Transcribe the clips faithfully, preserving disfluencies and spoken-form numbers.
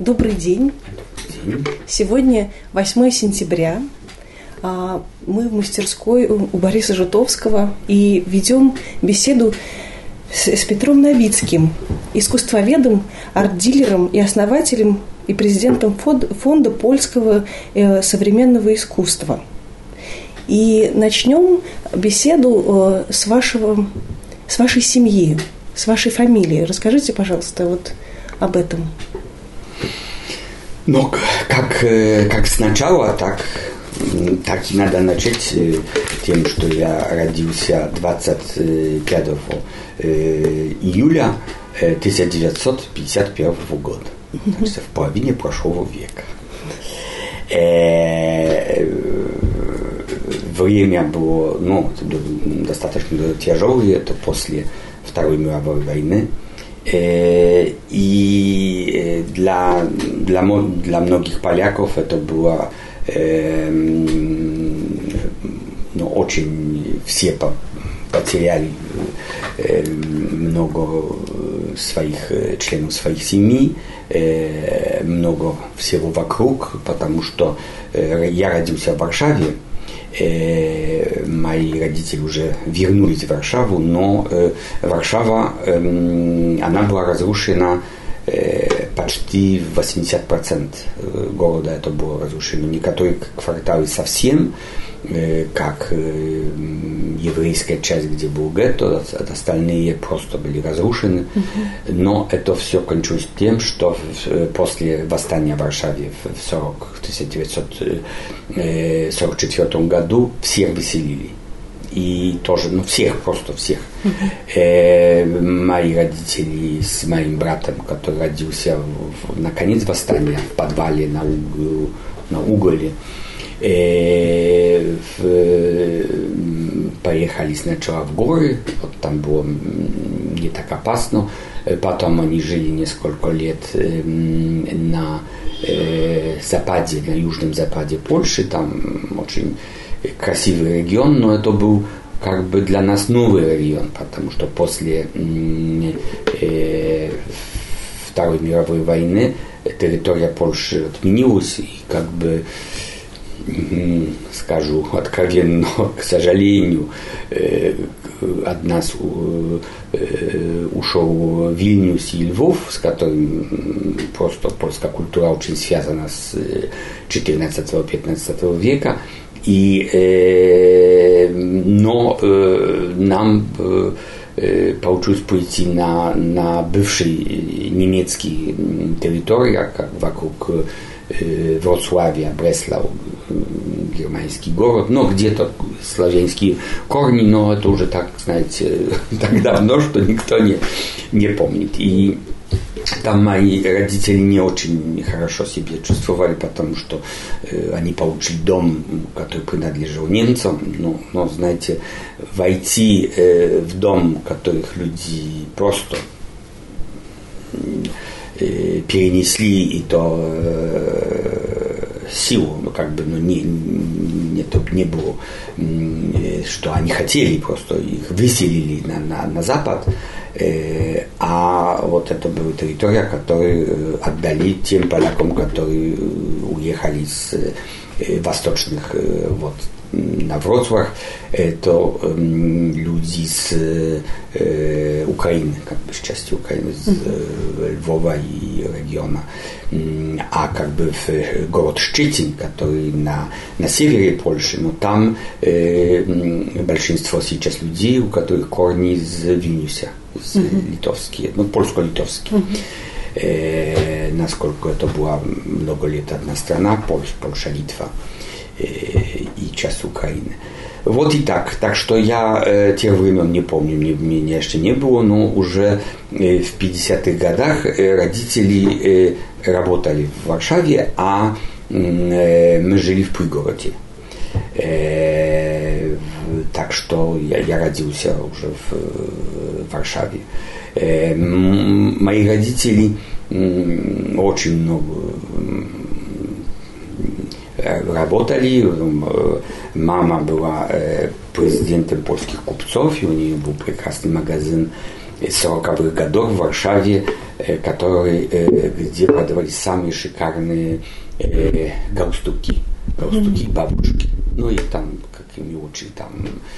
Добрый день. День. Сегодня восьмое сентября. Мы в мастерской у Бориса Житовского и ведем беседу с, с Петром Новицким, искусствоведом, арт-дилером и основателем и президентом фонда польского э, современного искусства. И начнем беседу э, с, вашего, с вашей семьи, с вашей фамилии. Расскажите, пожалуйста, вот об этом. Ну, как, как сначала, так, так и надо начать тем, что я родился двадцать пятого июля тысяча девятьсот пятьдесят первого года, mm-hmm. в половине прошлого века. Время было, ну, достаточно тяжелое, это после Второй мировой войны. И для, для, для многих поляков это было э, ну, очень все потеряли э, много своих членов своих семей, э, много всего вокруг, потому что э, я родился в Варшаве. Э, мои родители уже вернулись в Варшаву, но э, Варшава, э, она была разрушена э, почти восемьдесят процентов города, это было разрушено. Некоторые кварталы совсем, э, как э, еврейская часть, где был гетто, остальные просто были разрушены. Mm-hmm. Но это все кончилось тем, что в, после восстания в Варшаве в тысяча девятьсот сорок четвёртом году всех выселили. И тоже, ну всех, просто всех. Mm-hmm. Э, мои родители с моим братом, который родился в, в, на конец восстания в подвале на, уг, на уголе, э, в, поехали сначала в горы, вот там было не так опасно. Потом они жили несколько лет э, на э, западе, на южном западе Польши, там очень красивый регион, но это был как бы для нас новый регион, потому что после э, Второй мировой войны территория Польши отменилась, и как бы, э, скажу откровенно, к сожалению, э, от нас э, ушел Вильнюс и Львов, с которым просто польская культура очень связана с четырнадцатого-пятнадцатого века. И, э, но э, нам э, получилось пойти на, на бывшие немецкие территории, как вокруг э, Вроцлавия, Бреслау, германский город, но где-то славянские корни, но это уже так, знаете, так давно, что никто не, не помнит. И там мои родители не очень хорошо себя чувствовали, потому что э, они получили дом, который принадлежал немцам. Но, но знаете, войти э, в дом, которых люди просто э, перенесли, и то э, силу, ну как бы, ну не, не, то не было, э, что они хотели, просто их выселили на, на, на запад. Э, а вот это была территория, которую отдали тем полякам, которые уехали из э, восточных э, вот, на Вроцлав. Это э, люди с э, Украины, как бы с части Украины, с э, Львова и региона. А как бы в город Шчетин, который на, на севере Польши, но там э, большинство сейчас людей, у которых корни из Вильнюса, из mm-hmm. литовские, ну, польско-литовские. Mm-hmm. Э, насколько это была много лет одна страна, Польша, Польша, Литва э, и часть Украины. Вот и так. Так что я э, тех времен не помню, мне, меня еще не было, но уже э, в пятидесятых годах э, родители э, работали в Варшаве, а э, мы жили в пригороде. Э, так что я, я родился уже в, в Варшаве. Э, м- мои родители м- очень много работали. Мама была президентом польских купцов, и у нее был прекрасный магазин сороковых годов в Варшаве, который, где продавались самые шикарные галстуки, галстуки бабушки. Ну и там, как ими учили, там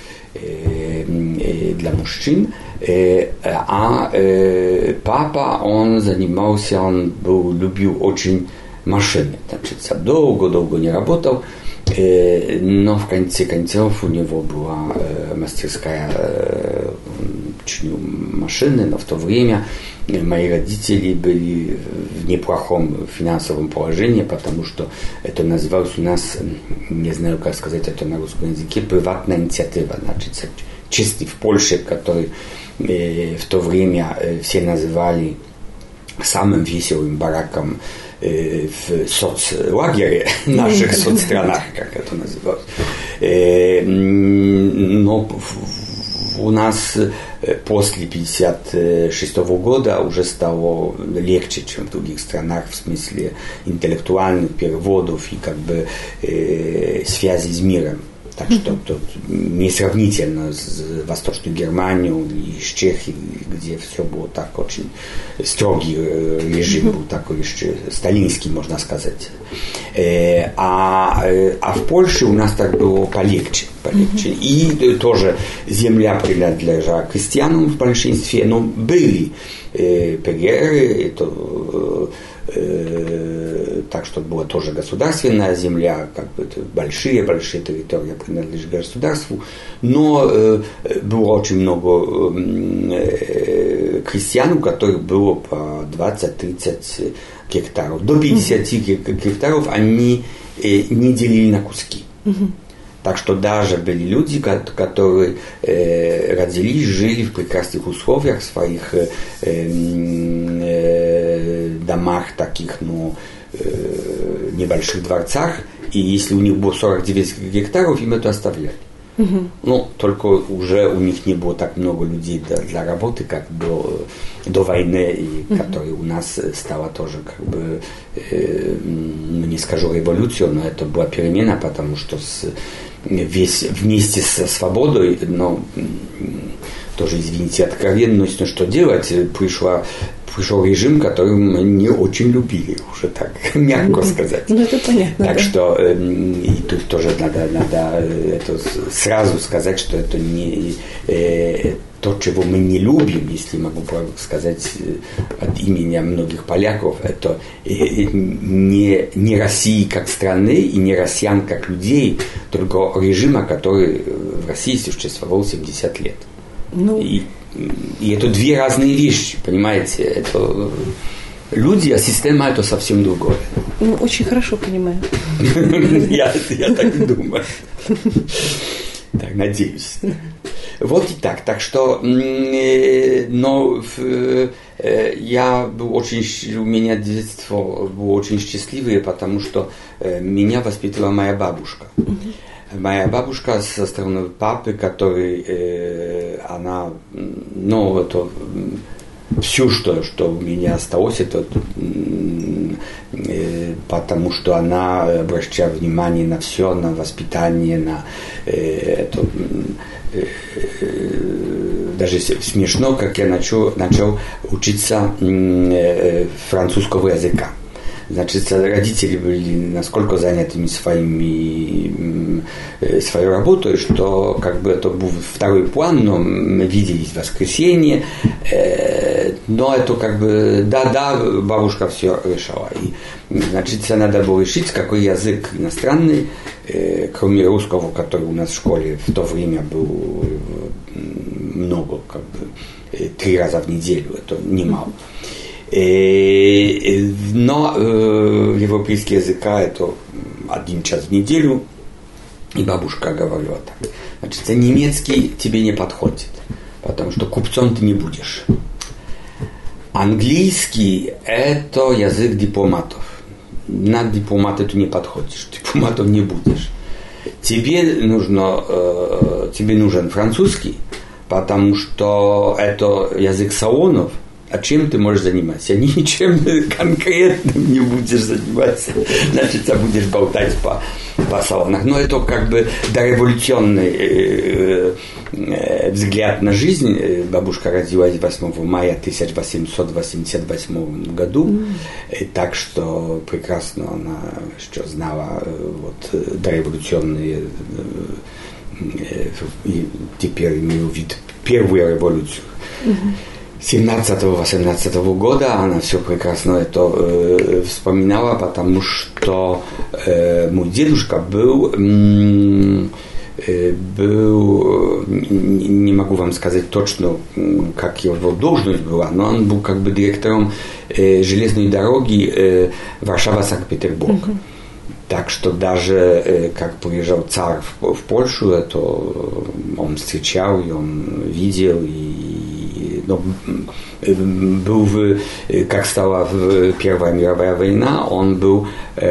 для мужчин. А папа, он занимался, он был, любил очень машины. Значит, долго-долго не работал, но в конце концов у него была мастерская чинил машины, но в то время мои родители были в неплохом финансовом положении, потому что это называлось у нас, не знаю, как сказать это на русском языке, приватная инициатива, значит, чистый в Польше, который э, в то время э, все называли самым веселым бараком э, в соцлагере, в наших соцстранах, как это называлось. Э, но у нас после пятьдесят шестого года уже стало легче, чем в других странах, в смысле интеллектуальных переводов и как бы э, связи с миром. Так что тут несравнительно с Восточной Германией и с Чехией, где все было так очень строгий режим, был такой еще сталинский, можно сказать. А, а в Польше у нас так было полегче. полегче. И тоже земля принадлежала крестьянам в большинстве, но были пегеры, это так что была тоже государственная земля, как бы большие-большие территории принадлежали государству, но э, было очень много э, крестьян, у которых было по двадцать-тридцать гектаров. До пятидесяти гектаров они э, не делили на куски. Mm-hmm. Так что даже были люди, которые э, родились, жили в прекрасных условиях, в своих э, э, домах таких, ну, э, небольших дворцах, и если у них было сорок девять гектаров, им это оставляли. Угу. Ну, только уже у них не было так много людей для, для работы, как до, до войны, и угу. которая у нас стала тоже, как бы, э, ну, не скажу революцией, но это была перемена, потому что с, весь вместе со свободой, но тоже, извините, откровенность, но что делать, пришла пришел режим, который мы не очень любили, уже так, мягко сказать. Ну, это понятно. Так да. что э, и тут тоже надо, надо это сразу сказать, что это не э, то, чего мы не любим, если могу сказать от имени многих поляков, это э, не, не России как страны и не россиян как людей, только режима, который в России существовал семьдесят лет. Ну... И, И это две разные вещи, понимаете? Это люди, а система это совсем другое. Ну, очень хорошо понимаю. я, я так и думаю. Так, надеюсь. Вот и так. Так что, но я был очень, у меня детство было очень счастливое, потому что меня воспитывала моя бабушка. Моя бабушка со стороны папы, который, э, она, ну, это, все, что, что у меня осталось, это э, потому что она обращала внимание на все, на воспитание, на э, это, э, даже смешно, как я начал, начал учиться э, французского языка. Значит, родители были насколько занятыми своими, своей работой, что как бы это был второй план, но мы виделись в воскресенье, но это как бы, да-да, бабушка все решала. И, значит, надо было решить, какой язык иностранный, кроме русского, который у нас в школе в то время был много, как бы, три раза в неделю, это немало. Но э, европейский язык это один час в неделю, и бабушка говорила так. Значит, немецкий тебе не подходит, потому что купцом ты не будешь. Английский это язык дипломатов. На дипломата ты не подходишь, дипломатов не будешь. Тебе нужно, э, тебе нужен французский, потому что это язык салонов. А чем ты можешь заниматься? Ничем конкретным не будешь заниматься. Значит, будешь болтать по, по салонах. Но это как бы дореволюционный э, э, взгляд на жизнь. Бабушка родилась восьмого мая тысяча восемьсот восемьдесят восьмого году. Mm. Так что прекрасно она что знала э, вот, дореволюционные э, э, теперь имею в виду первую революцию. Mm-hmm. семнадцатого-восемнадцатого года она все прекрасно это э, вспоминала, потому что э, мой дедушка был, э, был, не, не могу вам сказать точно, как его должность была, но он был как бы директором э, железной дороги э, Варшава-Санкт-Петербург. Mm-hmm. Так что даже э, как приезжал царь в, в Польшу, это он встречал, и он видел, и но был в, как стала Первая мировая война, он был, э,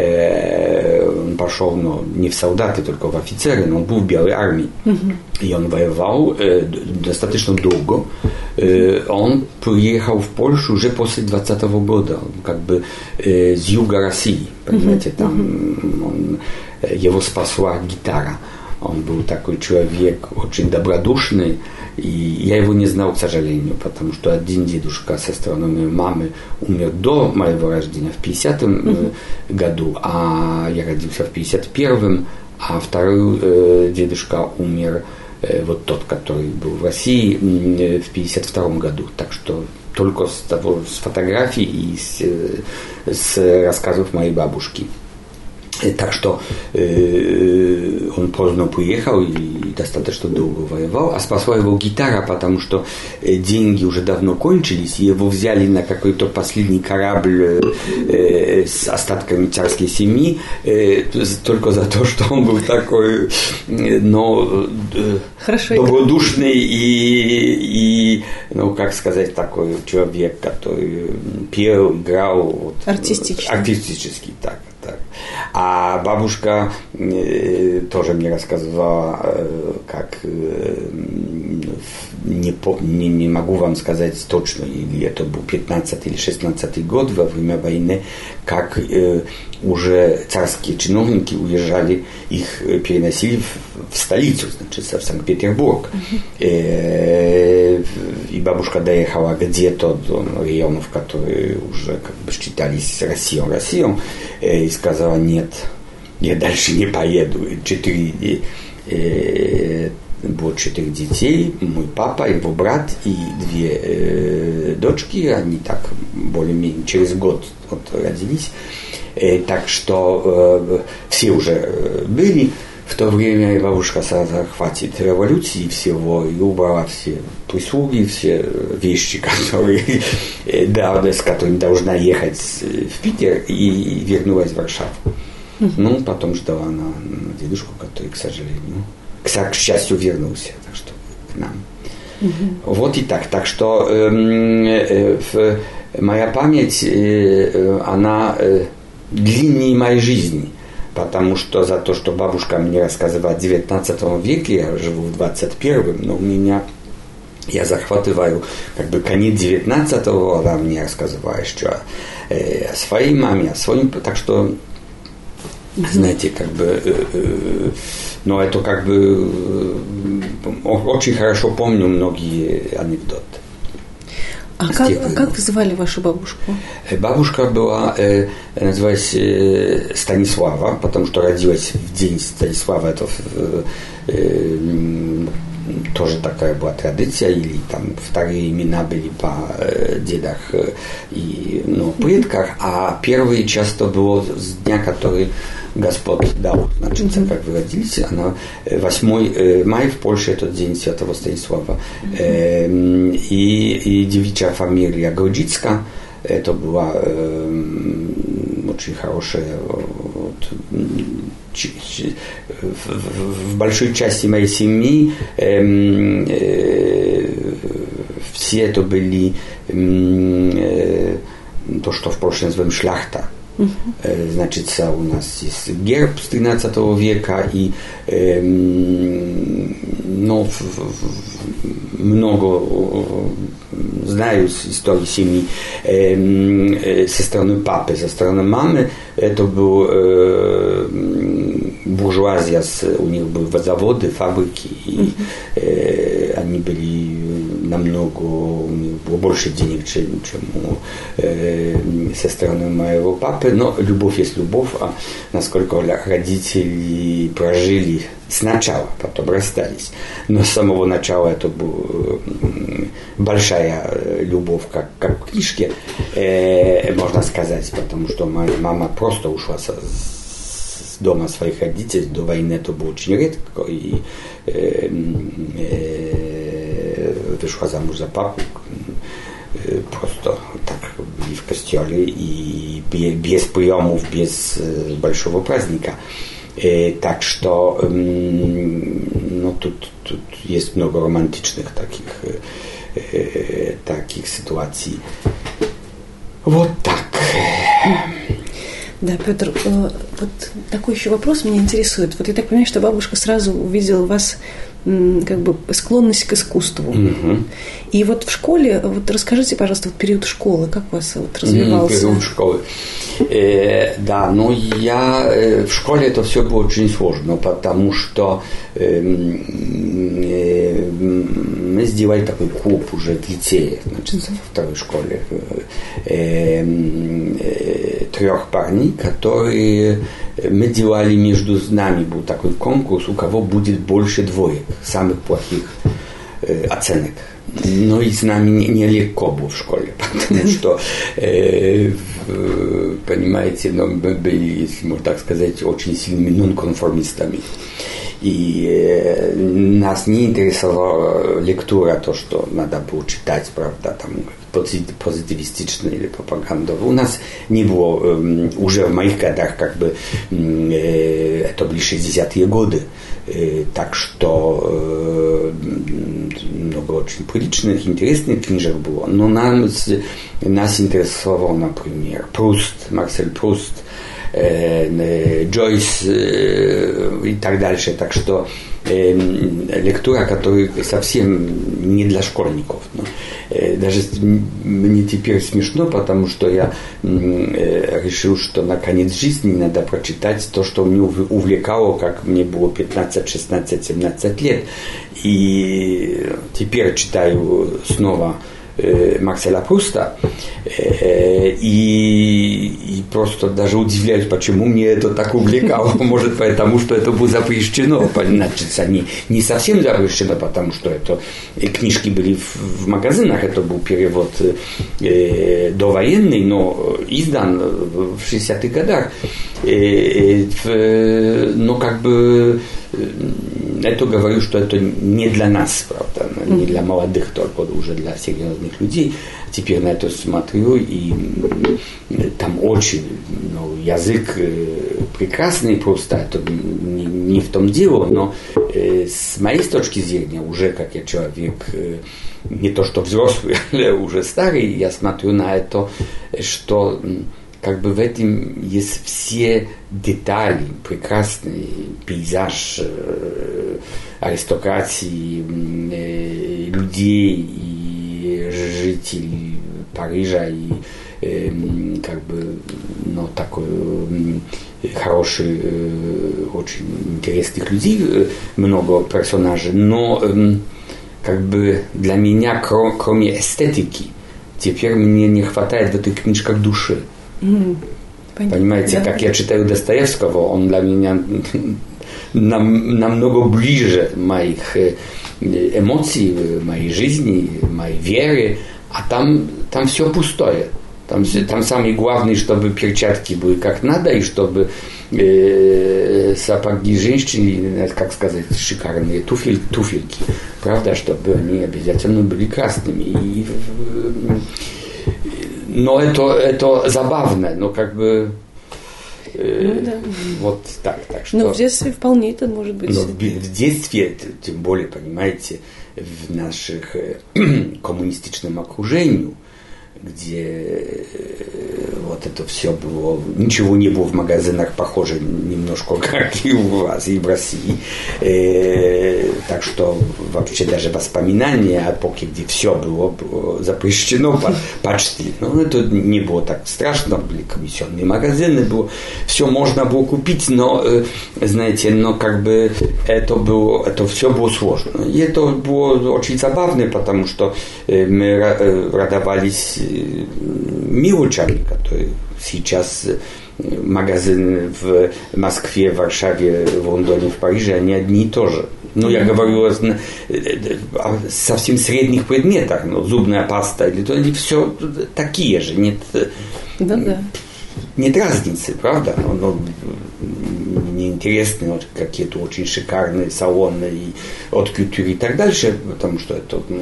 э, он пошел, ну, не в солдаты, только в офицеры, но он был в Белой армии. Mm-hmm. И он воевал э, достаточно долго. Э, он приехал в Польшу уже после двадцатого года, как бы э, с юга России, понимаете, mm-hmm. там он, его спасла гитара. Он был такой человек очень добродушный, и я его не знал, к сожалению, потому что один дедушка со стороны моей мамы умер до моего рождения в пятидесятом mm-hmm. году, а я родился в пятьдесят первом, а второй э, дедушка умер, э, вот тот, который был в России, э, в пятьдесят втором году. Так что только с, того, с фотографий и с, с рассказов моей бабушки. Так что э, он поздно приехал и достаточно долго воевал, а спасла его гитара, потому что э, деньги уже давно кончились, и его взяли на какой-то последний корабль э, с остатками царской семьи, э, только за то, что он был такой, э, но, э, добродушный и, и, ну, как сказать, такой человек, который пел, играл. Вот, артистически. Артистически, так. А бабушка э, тоже мне рассказывала, э, как э, не, не, не могу вам сказать точно, или это был пятнадцатый или шестнадцатый год во время войны, как э, уже царские чиновники уезжали, их переносили в, в столицу, значит, в Санкт-Петербург. Mm-hmm. Э, и бабушка доехала где-то до районов, которые уже как бы считались Россией, Россией, э, и сказала: нет, я дальше не поеду. Четыре, э, было четыре детей, мой папа, его брат и две э, дочки, они так более-менее через год вот родились. Э, так что э, все уже были. В то время и бабушка сразу хватит революции всего и убрала все прислуги, все вещи, которые, да, с которыми должна ехать в Питер, и вернулась в Варшаву. Mm-hmm. Ну, потом ждала на, на дедушку, который, к сожалению, к, к счастью, вернулся, так что к нам. Mm-hmm. Вот и так. Так что э, э, э, моя память, э, она э, длиннее моей жизни. Потому что за то, что бабушка мне рассказывала в девятнадцатом веке, я живу в двадцать первом, но у меня, я захватываю как бы конец девятнадцатого, она мне рассказывала еще э, о своей маме, о своем, так что, знаете, как бы, э, э, но это как бы, э, очень хорошо помню многие анекдоты. А как, как звали вашу бабушку? Бабушка была, э, называлась э, Станислава, потому что родилась в день Станислава. Это э, э, тоже такая была традиция, или там вторые имена были по э, дедах э, и ну, предках, а первые часто было с дня, который Господь дал, значит, mm-hmm. как вы родились, она восьмого мая в Польше, этот день Святого Станислава, mm-hmm. э, и, и девичья фамилия Грудзицка, это была э, очень хорошая, вот, ч, ч, в, в большой части моей семьи э, э, все это были э, то, что в Польше называем шляхта. Uh-huh. Значит, у нас есть герб с тринадцатого века, и э, ну, в, в, много знаю истории семьи э, со стороны папы, со стороны мамы. Это был э, буржуазия, у них были заводы, фабрики, и э, они были намного, у них было больше денег, чем, чем у, э, со стороны моего папы. Но любовь есть любовь, а насколько родители прожили сначала, потом расстались. Но с самого начала это была большая любовь, как, как в книжке, э, можно сказать, потому что моя мама просто ушла со, с дома своих родителей. До войны это было очень редко, и э, э, вышла замуж за папу э, просто так и в костеле, и без приемов, без большого праздника. Э, так что э, ну, тут, тут есть много романтичных таких, э, таких ситуаций. Вот так. Да, Петр, вот такой еще вопрос меня интересует. Вот я так понимаю, что бабушка сразу увидела в вас как бы склонность к искусству. Угу. И вот в школе, вот расскажите, пожалуйста, вот период школы, как у вас вот развивался? Период школы. Э, да, но я э, в школе это все было очень сложно, потому что э, э, мы сделали такой клуб уже в лицее, значит, во второй школе, э, э, трех парней, которые мы делали между нами, был такой конкурс, у кого будет больше двоек, самых плохих э, оценок. Но и с нами нелегко было в школе, потому что, э, понимаете, ну, мы были, если можно так сказать, очень сильными нонконформистами. И э, нас не интересовала лектура, то, что надо было читать, правда, там, позитивистичную или пропаганду. У нас не было, э, уже в моих годах, как бы, э, это были шестидесятые годы, э, так что э, много очень приличных, интересных книжек было. Но нам, нас интересовал, например, Пруст, Марсель Пруст, э, Джойс э, и так дальше. Так что э, лектура, которая совсем не для школьников. Но, э, даже мне теперь смешно, потому что я э, решил, что на конец жизни надо прочитать то, что меня увлекало, как мне было пятнадцать, шестнадцать, семнадцать лет. И теперь читаю снова Марселя Пруста, и, и просто даже удивляюсь, почему мне это так увлекало. Может, потому что это было запрещено. Значит, не, не совсем запрещено, потому что это книжки были в, в магазинах, это был перевод э, довоенный, но издан в шестидесятых годах. Э, э, но как бы это говорю, что это не для нас, правда, не для молодых только, уже для серьезных людей. Теперь на это смотрю, и там очень, ну, язык прекрасный, просто это не, не в том дело, но э, с моей точки зрения, уже как я человек, э, не то что взрослый, а уже старый, я смотрю на это, что как бы в этом есть все детали, прекрасный пейзаж э, аристократии, э, людей и жителей Парижа, и э, как бы, ну, такой э, хороший, э, очень интересных людей, э, много персонажей, но э, как бы для меня, кр- кроме эстетики, теперь мне не хватает в этих книжках души. Mm, понимаете, да. Как я читаю Достоевского, он для меня нам, намного ближе моих эмоций, моей жизни, моей веры, а там, там все пустое. Там, там самое главное, чтобы перчатки были как надо, и чтобы э, сапоги женщины, как сказать, шикарные туфель, туфельки, правда, чтобы они обязательно были красными. И, но это, это забавно, но как бы э, ну, да. Вот так, так что. Но в детстве вполне это может быть. Но в, в детстве, тем более, понимаете, в наших э, коммунистичном окружении, где вот это все было, ничего не было в магазинах, похоже немножко как и у вас, и в России. Э, так что вообще даже воспоминания о эпохе, где все было, было запрещено почти. Но это не было так страшно, были комиссионные магазины, было, все можно было купить, но, э, знаете, но как бы это было, это все было сложно. И это было очень забавно, потому что э, мы радовались мелочами, которые сейчас магазины в Москве, в Варшаве, в Лондоне, в Париже, они одни и то же. Ну, я говорю о, о совсем средних предметах, ну, зубная паста, или то, они все такие же, нет, да-да. Нет разницы, правда? Но мне интересны вот какие-то очень шикарные салоны и от культуры и так дальше, потому что это, ну,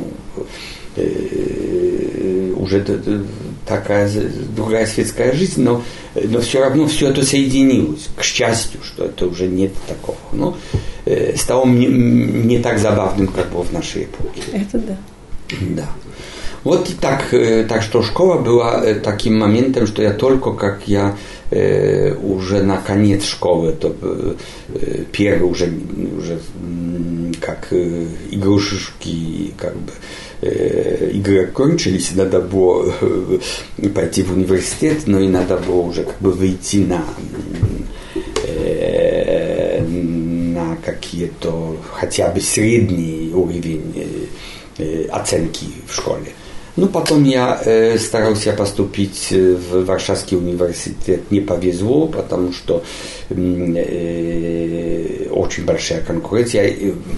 уже такая другая светская жизнь, но, но все равно все это соединилось, к счастью, что это уже нет такого. Но э, стало не, не так забавным, как было в нашей эпохе. Это да. Да. Вот и так, э, так что школа была э, таким моментом, что я только как я э, уже на конец школы, то э, первый уже, уже как э, игрушки, как бы игры кончились, надо было пойти в университет, но и надо было уже как бы выйти на, на какие-то хотя бы средний уровень оценки в школе. Ну, потом я э, старался поступить в Варшавский университет. Не повезло, потому что э, очень большая конкуренция.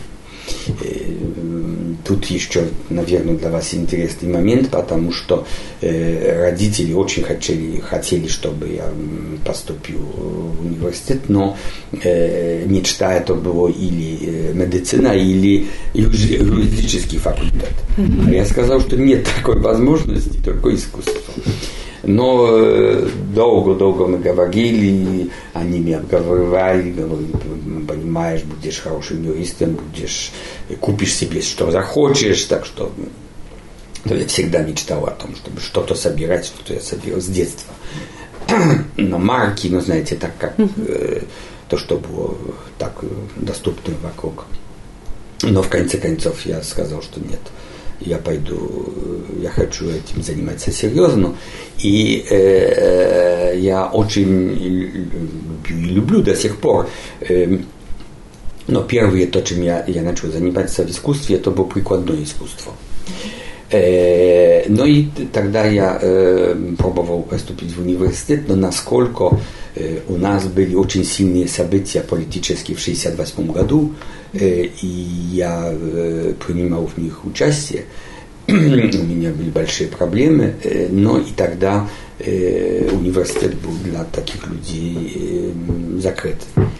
Тут еще, наверное, для вас интересный момент, потому что э, родители очень хотели, хотели, чтобы я поступил в университет, но э, мечта это было или медицина, или юридический факультет. А я сказал, что нет такой возможности, только искусство. Но долго-долго мы говорили, они меня обговаривали, говорили, понимаешь, будешь хорошим юристом, будешь, купишь себе что захочешь, так что я всегда мечтал о том, чтобы что-то собирать, что-то я собирал с детства. Но марки, ну знаете, так как э, то, что было так доступно вокруг. Но в конце концов я сказал, что нет. Я пойду, я хочу этим заниматься серьезно. И э, я очень люблю и люблю до сих пор. Э, но первое, то, чем я, я начал заниматься в искусстве, это было прикладное искусство. Э, ну и тогда я э, пробовал поступить в университет, но насколько э, у нас были очень сильные события политические в шестьдесят восьмом году, э, и я э, принимал в них участие. У меня были большие проблемы, э, но и тогда э, университет был для таких людей э, закрыт.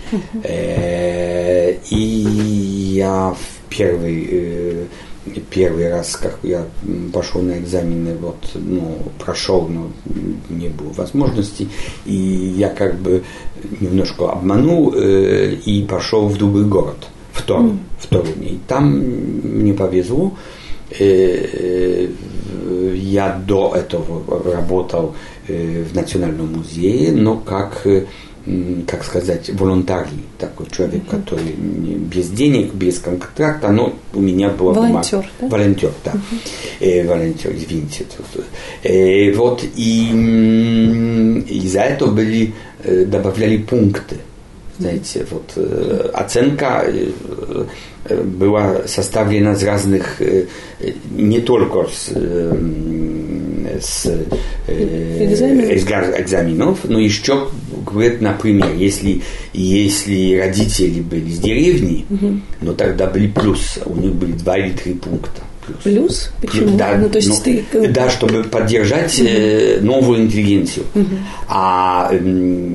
Э, и я в первый э, Первый раз, как я пошел на экзамены, вот, ну, прошел, но не было возможности, и я как бы немножко обманул э, и пошел в другой город, в Торунь, mm. в Торунь. И там мне повезло. Э, э, я до этого работал э, в Национальном музее, но как как сказать, волонтарий, такой человек, mm-hmm. который без денег, без контракта, но у меня была волонтер, бумага. Да? Волонтер, да. Mm-hmm. Э, волонтер, извините. Э, вот, и, и за это были, добавляли пункты. Знаете, вот э, оценка э, была составлена из разных, э, не только с, э, с э, экзаменов. экзаменов, но еще, говорит, например, если, если родители были с деревни, угу. но тогда были плюс, у них были два или три пункта. Плюс. Плюс? Почему? Да, ну, то есть ну, ты... да, чтобы поддержать э, новую интеллигенцию. Угу. А э,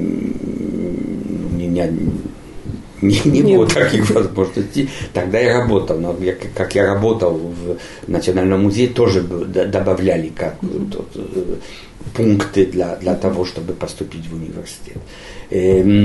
меня не, не было таких возможностей. Тогда я работал, но я, как я работал в Национальном музее, тоже добавляли как, mm-hmm. тот, пункты для, для того, чтобы поступить в университет.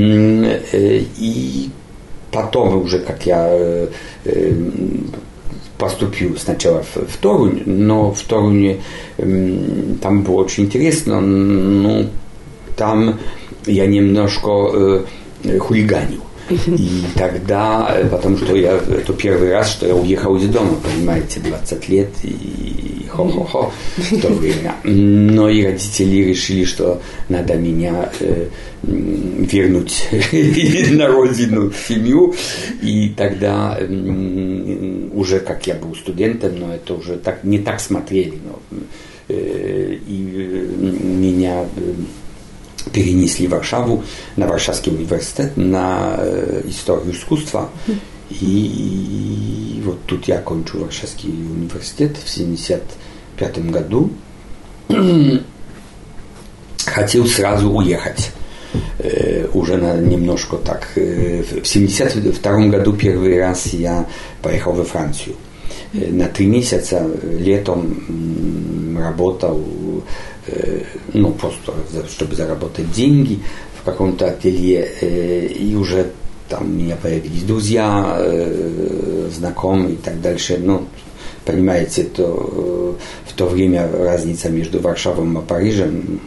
И потом уже, как я поступил сначала в, в Торунь, но в Торуне э, там было очень интересно, но там я немножко э, хулиганил. И тогда, потому что я, это первый раз, что я уехал из дома, понимаете, двадцать лет, и хо-хо-хо в то время. Но и родители решили, что надо меня э, вернуть на родину, в семью. И тогда э, уже, как я был студентом, но это уже так, не так смотрели. Но, э, и э, меня... Э, перенесли в Варшаву, на Варшавский университет, на э, историю искусства. И, и вот тут я окончил Варшавский университет в семьдесят пятом году. Хотел сразу уехать. Э, уже на, немножко так. Э, в семьдесят втором году первый раз я поехал во Францию. Э, на три месяца летом работал, ну, просто чтобы заработать деньги в каком-то ателье, и уже там у меня появились друзья, знакомые и так дальше. Ну, понимаете, то в то время разница между Варшавой и Парижем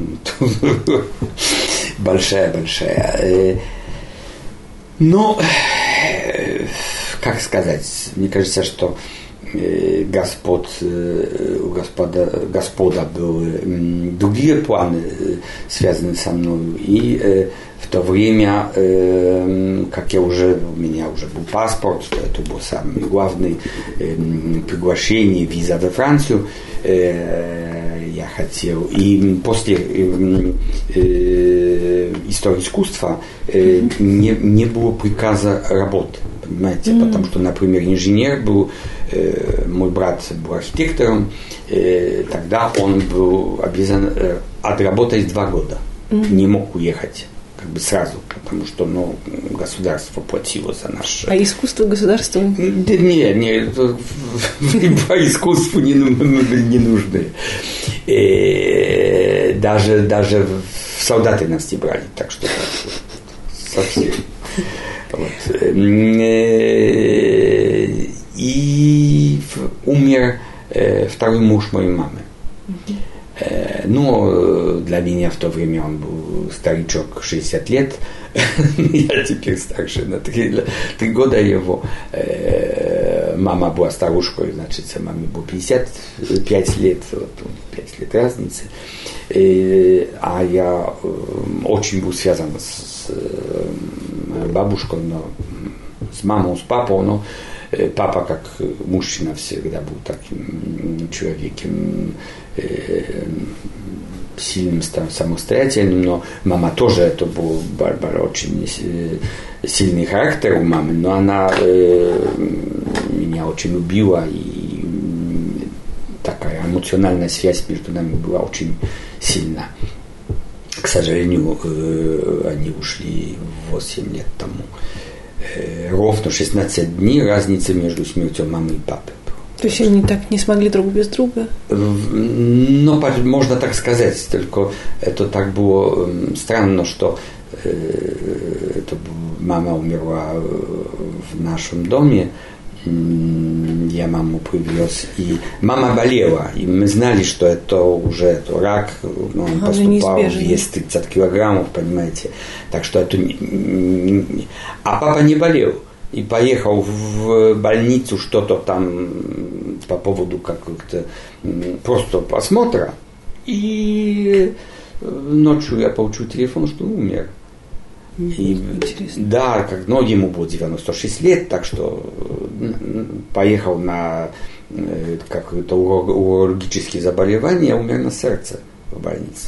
большая-большая. Но, как сказать, мне кажется, что Господ, у господа, господа были другие планы, связанные со мной. И э, в то время, э, как я уже, у меня уже был паспорт, что это было самое главное э, приглашение, виза во Францию, э, я хотел. И после э, э, истории искусства э, не, не было приказа работы. Понимаете, mm-hmm. потому что, например, инженер был, э, мой брат был архитектором, э, тогда он был обязан э, отработать два года, mm-hmm. не мог уехать как бы сразу, потому что ну, государство платило за наш... А искусство государства? Да не, не, по искусству не, не нужны. Э, даже, даже в солдаты нас не брали, так что совсем... Вот. И умер второй муж моей мамы. Ну, для меня в то время он был старичок, шестьдесят лет. Я теперь старше на три, три года его. Мама была старушкой, значит, маме было пятьдесят пять лет, вот, пять лет разницы. А я очень был связан с бабушкой, но с мамой, с папой, но папа как мужчина всегда был таким человеком сильным, самостоятельным, но мама тоже, это был Барбара, очень сильный характер у мамы, но она э, меня очень любила, и такая эмоциональная связь между нами была очень сильна. К сожалению, э, они ушли восемь лет тому. Э, ровно шестнадцать дней разницы между смертью мамы и папы. То есть они так не смогли друг без друга? Ну, можно так сказать, только это так было странно, что э, это, мама умерла в нашем доме, я маму привез, и мама болела, и мы знали, что это уже это рак, но он ага, поступал, вес тридцать килограммов, понимаете, так что это... А папа не болел. И поехал в больницу что-то там по поводу какого-то просто осмотра. И ночью я получил телефон, что умер. И, да, как, но ему было девяносто шесть лет, так что поехал на какое-то урологическое заболевание, умер на сердце в больнице.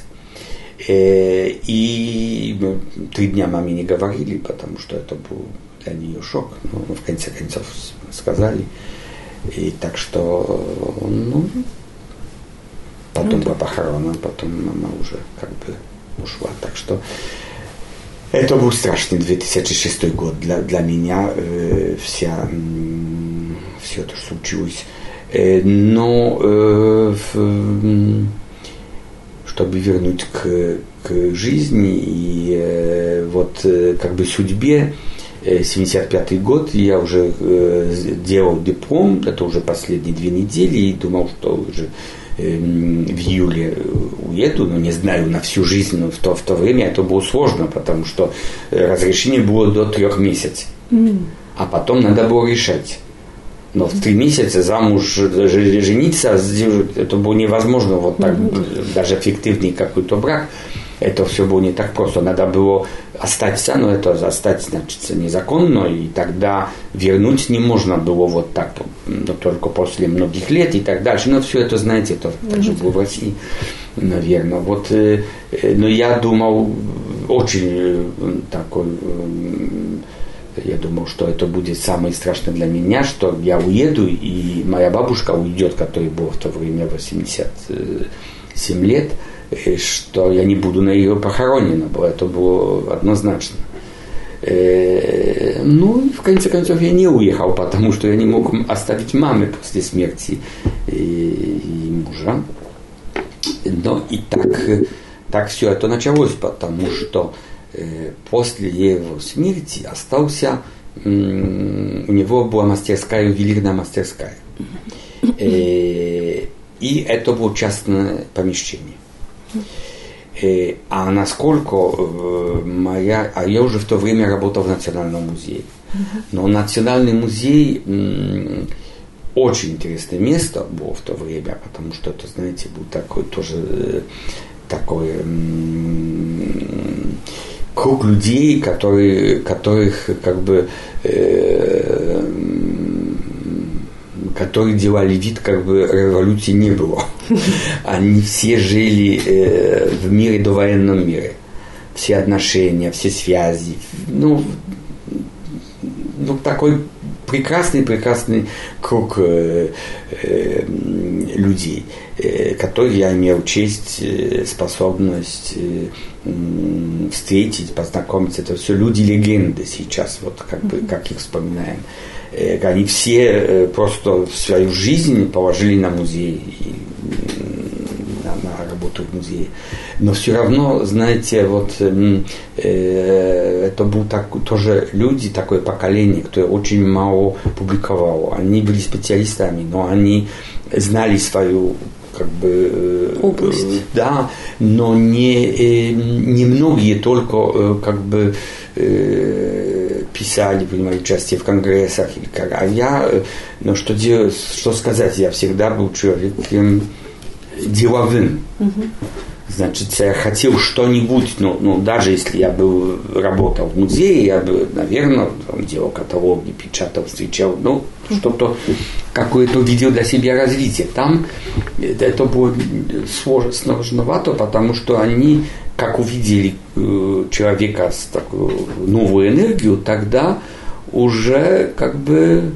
И три дня маме не говорили, потому что это был для нее шок, но в конце концов сказали. И так что, ну, потом была похорона, потом мама уже как бы ушла. Так что это был страшный две тысячи шестой год для, для меня, э, вся, э, все это случилось. Э, но э, в, чтобы вернуть к, к жизни и э, вот э, как бы судьбе, семьдесят пятый год, я уже э, делал диплом, это уже последние две недели, и думал, что уже э, в июле уеду, но не знаю, на всю жизнь, но в то, в то время это было сложно, потому что разрешение было до трех месяцев, mm. а потом надо было решать. Но в три месяца замуж жениться, это было невозможно, вот так, mm-hmm. даже эффективный какой-то брак. Это все было не так просто. Надо было остаться, но это остаться, значит, незаконно, и тогда вернуть не можно было вот так, но только после многих лет и так дальше. Но все это, знаете, это mm-hmm. также было в России, наверное. Вот, э, но я думал, очень э, такой, э, я думал, что это будет самое страшное для меня, что я уеду, и моя бабушка уйдет, которой было в то время восемьдесят семь лет, что я не буду на ее похоронена, это было однозначно. Ну, и в конце концов я не уехал, потому что я не мог оставить мамы после смерти и, и мужа. Но и так, так все это началось, потому что после его смерти остался, у него была мастерская, ювелирная мастерская. И это было частное помещение. А насколько моя... А я уже в то время работал в Национальном музее. Но Национальный музей очень интересное место было в то время, потому что это, знаете, был такой тоже такой круг людей, которые, которых как бы э, которые делали вид, как бы революции не было. Они все жили э, в мире, довоенном мире. Все отношения, все связи. Ну, ну такой прекрасный-прекрасный круг э, э, людей, э, которые я имел честь, э, способность э, э, встретить, познакомиться. Это все люди-легенды сейчас, вот как бы, как их вспоминаем. Они все просто свою жизнь положили на музей, на, на работу в музее. Но все равно, знаете, вот э, это был так, тоже люди, такое поколение, которое очень мало публиковало. Они были специалистами, но они знали свою как бы область, э, да, но не, э, не многие только как бы писали, принимали участие в конгрессах, или как. А я, ну что делать, что сказать, я всегда был человеком деловым. Uh-huh. Значит, я хотел что-нибудь, ну, ну, даже если я был, работал в музее, я бы, наверное, делал каталоги, печатал, встречал, ну, что-то, какое-то видел для себя развитие. Там это было сложно, сложновато, потому что они, как увидели э, человека с такой новую энергию, тогда уже как бы,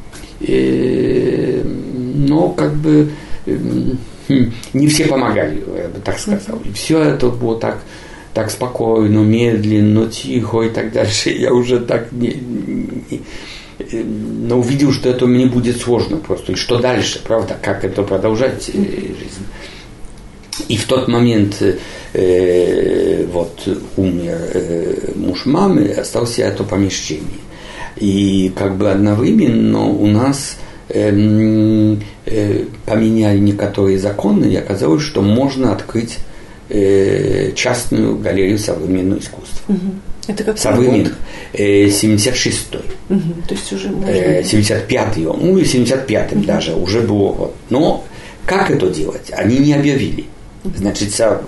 э, ну, как бы, э, не все помогали, я бы так сказал. И все это было так, так спокойно, медленно, тихо и так дальше. Я уже так не, не, но увидел, что это мне будет сложно просто. И что дальше, правда, как это продолжать жизнь. И в тот момент э, вот умер э, муж мамы, остался это помещение. И как бы одновременно у нас э, э, поменяли некоторые законы, и оказалось, что можно открыть э, частную галерею современного искусства. Угу. Это как современный, э, семьдесят шестой. Угу. То есть уже можно... э, семьдесят пятый, ну и семьдесят пятым угу. даже уже было. Вот. Но как это делать? Они не объявили. Значит, закон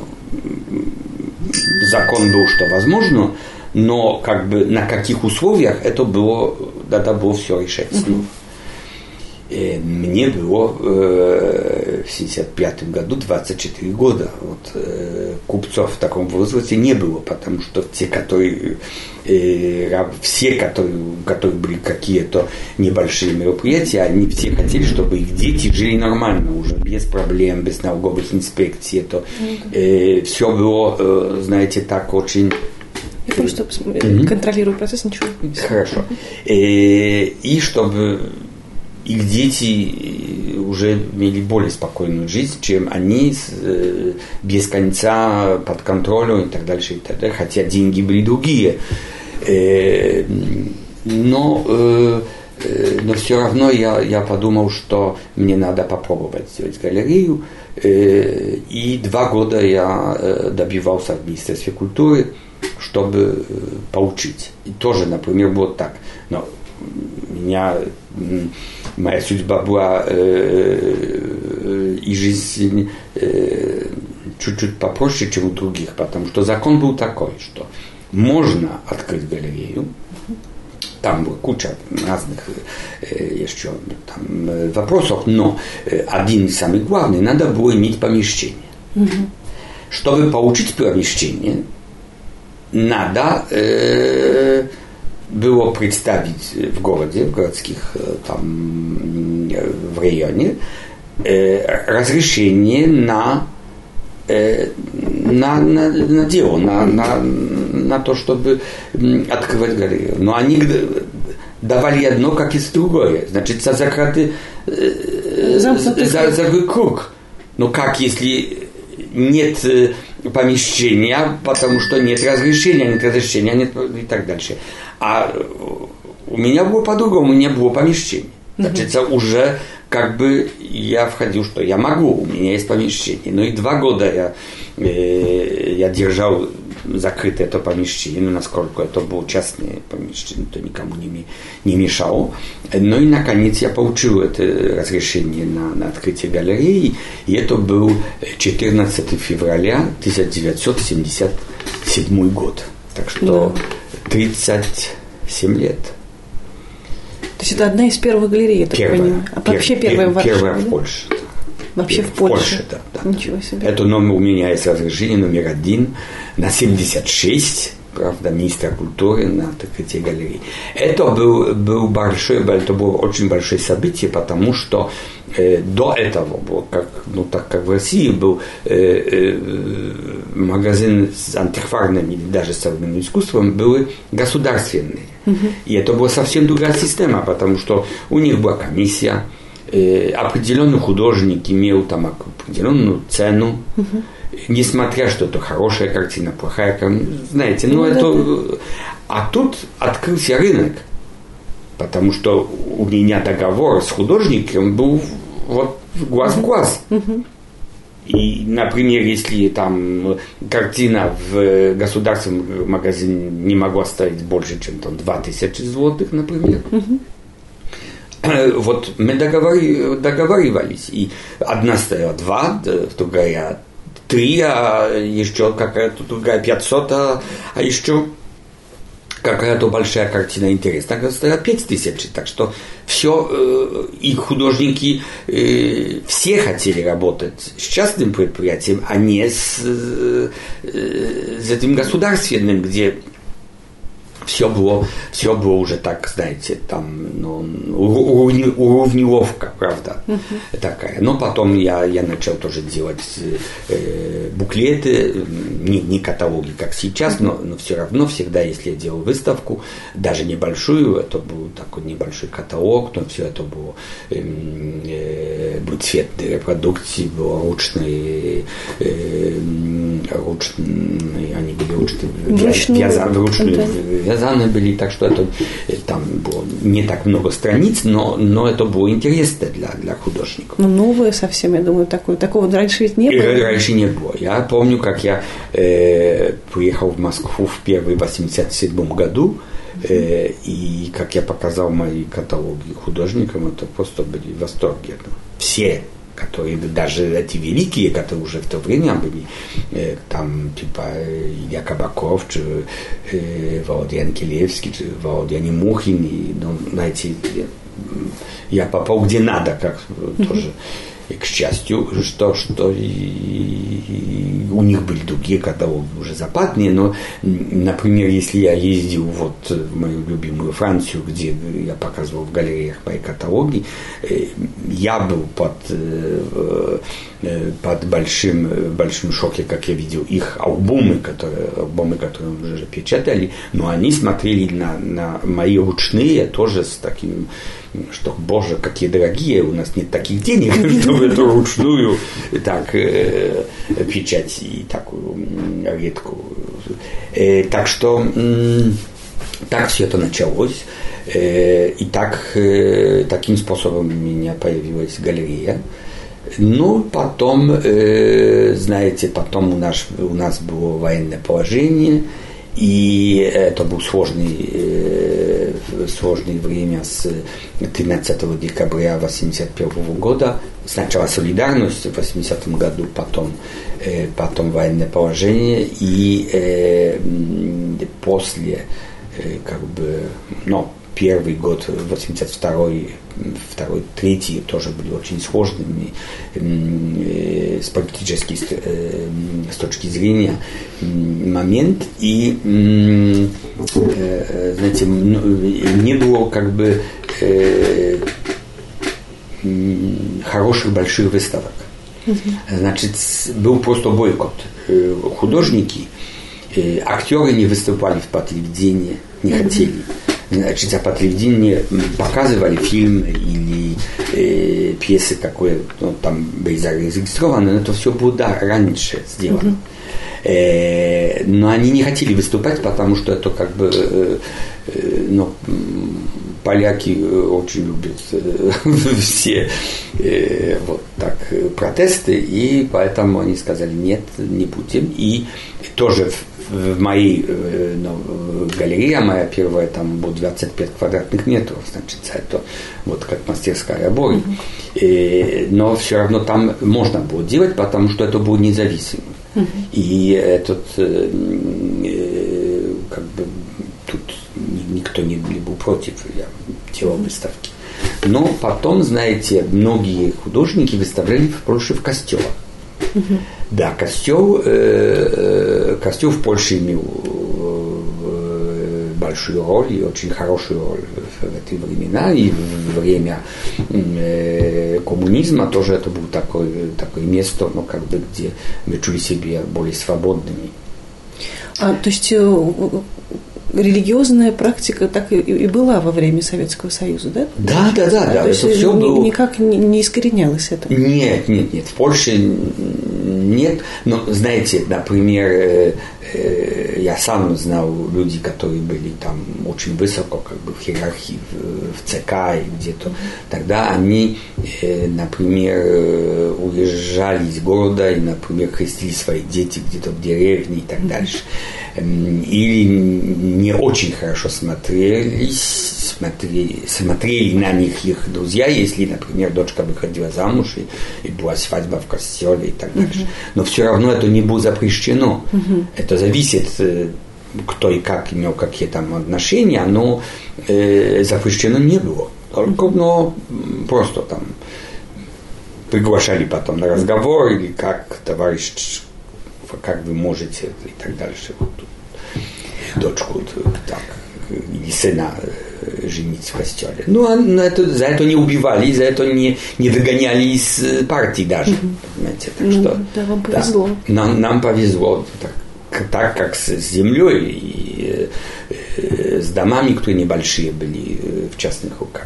был, что возможно, но как бы на каких условиях это было, надо было все решать снова. Uh-huh. Мне было э, в семьдесят пятом году двадцать четыре года. Вот, э, купцов в таком возрасте не было, потому что те, которые, э, все, которые, у которых были какие-то небольшие мероприятия, они все хотели, чтобы их дети жили нормально, уже без проблем, без налоговых инспекций. Это, э, все было, э, знаете, так очень... Я просто mm-hmm. контролирую процесс, ничего. Хорошо. И, и чтобы их дети уже имели более спокойную жизнь, чем они без конца под контролем и так дальше, и так далее. Хотя деньги были другие. но, э, э, но все равно я, я подумал, что мне надо попробовать сделать галерею. Э, и два года я э, добивался в Министерстве культуры, чтобы э, поучить. И тоже, например, вот так. Но у меня, моя судьба была э, и жизнь э, чуть-чуть попроще, чем у других, потому что закон был такой, что можно открыть галерею, там была куча разных э, еще там, э, вопросов, но э, один из самых главных, надо было иметь помещение. Mm-hmm. Чтобы получить помещение, надо э, было представить в городе, в городских там, в районе э, разрешение на, э, на, на, на дело, на, на, на то, чтобы открывать галерею. Но они давали одно, как и другое. Значит, за закрытый э, за, за круг. Но как, если нет помещения, потому что нет разрешения, нет разрешения, нет и так дальше. А у меня было по-другому, не было помещения. Значит, mm-hmm. уже как бы я входил, что я могу, у меня есть помещение. Ну и два года я, э, я держал закрытое это помещение, ну, насколько это было частное помещение, то никому не, не мешало. Ну и наконец я получил это разрешение на, на открытие галереи, и это был четырнадцатого февраля тысяча девятьсот семьдесят седьмой год. Так что да. тридцать семь лет. То есть это одна из первых галерей, я так первая, понимаю. А пер, вообще первая в Варшаве? Первая в Польше. Да. Вообще в, в Польше? Польше, да, да. Ничего себе. Это номер, у меня есть разрешение номер один на семьдесят шесть, правда, министра культуры на открытие галереи. Это был, был большое, это было очень большое событие, потому что э, до этого, было, как, ну, так как в России был э, э, магазин с антикварным или даже современным искусством, были государственные. Uh-huh. И это была совсем другая система, потому что у них была комиссия, э, определенный художник имел там определенную цену, uh-huh. несмотря что это хорошая картина, плохая картина, знаете, ну, ну это... А тут открылся рынок, потому что у меня договор с художником был вот глаз в глаз. Uh-huh. И, например, если там картина в государственном магазине не могла стоить больше, чем там два тысячи злотых, например, uh-huh. вот мы договори, договаривались, и одна стояла два, другая три, а еще какая-то другая пятьсот, а, а еще какая-то большая картина интересная, стояла пять тысяч, так что все, э, и художники э, все хотели работать с частным предприятием, а не с, э, с этим государственным, где все было, все было уже так, знаете, там, ну, уровни, уровневка, правда, uh-huh. такая. Но потом я, я начал тоже делать э, буклеты, не, не каталоги, как сейчас, uh-huh. но, но все равно всегда, если я делал выставку, даже небольшую, это был такой небольшой каталог, но все это было э, э, цветные репродукции, было ручные, э, ручные, они были ручные, вязаные, вручную, вязаные были, так что это там было не так много страниц, но, но это было интересно для, для художников. Ну, новое совсем, я думаю, такое. Такого раньше ведь не было. И раньше не было. Я помню, как я э, приехал в Москву в первый восемьдесят седьмом году, э, и как я показал мои каталоги художникам, это просто были в восторге. Все, которые, даже эти великие, которые уже в то время были, э, там, типа, Илья Кабаков, чи, э, Володя Янкелевский, чи, Володя Немухин, и, ну, знаете, я попал где надо, как mm-hmm. тоже, и, к счастью, что, что и, и у них были другие каталоги уже западные, но, например, если я ездил вот в мою любимую Францию, где я показывал в галереях мои каталоги, я был под, под большим, большим шоке, как я видел их альбомы, которые, альбомы, которые уже печатали, но они смотрели на, на мои ручные тоже с таким, что, боже, какие дорогие, у нас нет таких денег, чтобы эту ручную так э, печать и такую редкую. Э, так что э, так все это началось. И так, таким способом у меня появилась галерея. Ну, потом, знаете, потом у нас, у нас было военное положение, и это было сложное, сложное время с тринадцатого декабря восемьдесят первого года. Сначала солидарность в восьмидесятом году, потом, потом военное положение, и после, как бы, ну, первый год, восемьдесят второй, второй, третий тоже были очень сложными э, с политической э, с точки зрения момент. И, э, знаете, не было как бы э, хороших больших выставок. Значит, был просто бойкот. Художники, э, актеры не выступали в подтверждении, не хотели. Значит, а по телевидению показывали фильмы или э, пьесы, какое ну, там были зарегистрированы, но это все было да, раньше сделано. Mm-hmm. Э, но они не хотели выступать, потому что это как бы э, э, ну, поляки очень любят э, все э, вот так протесты, и поэтому они сказали нет, не будем. И тоже в моей ну, галерее, моя первая, там было двадцать пять квадратных метров, значит, это вот как мастерская работа. Mm-hmm. Но все равно там можно было делать, потому что это было независимо. Mm-hmm. И этот, как бы, тут никто не был против, я делал mm-hmm. выставки. Но потом, знаете, многие художники выставляли в Польше в костелах. Mm-hmm. Да, костел, э, костел в Польше имел большую роль и очень хорошую роль в, в эти времена, и в время э, коммунизма тоже это было такое, такое место, ну, как бы, где мы чувствовали себя более свободными. А, то есть религиозная практика так и, и была во время Советского Союза, да? Да, да, да, да. То есть это все было... никак не, не искоренялось это? Нет, нет, нет. В Польше нет. Но, знаете, например, э, э, я сам знал людей, которые были там очень высоко, как бы в иерархии, в, в ЦК и где-то. Тогда они, э, например, уезжали из города и, например, крестили свои дети где-то в деревне и так дальше. Или не очень хорошо смотрелись, смотрели, смотрели на них их друзья, если, например, дочка выходила замуж и, и была свадьба в костеле и так дальше. Uh-huh. Но все равно это не было запрещено. Uh-huh. Это зависит, кто и как имел какие там отношения, но э, запрещено не было. Только, но просто там приглашали потом на разговор, или как товарищ, как вы можете, и так дальше. Вот, дочку так, или сына женить в костеле. Ну, а это, за это не убивали, за это не, не выгоняли из партии даже. Mm-hmm. Понимаете? Так mm-hmm. что, да, вам повезло. Да, нам, нам повезло. Так, так как с землей и э, с домами, которые небольшие были в частных руках.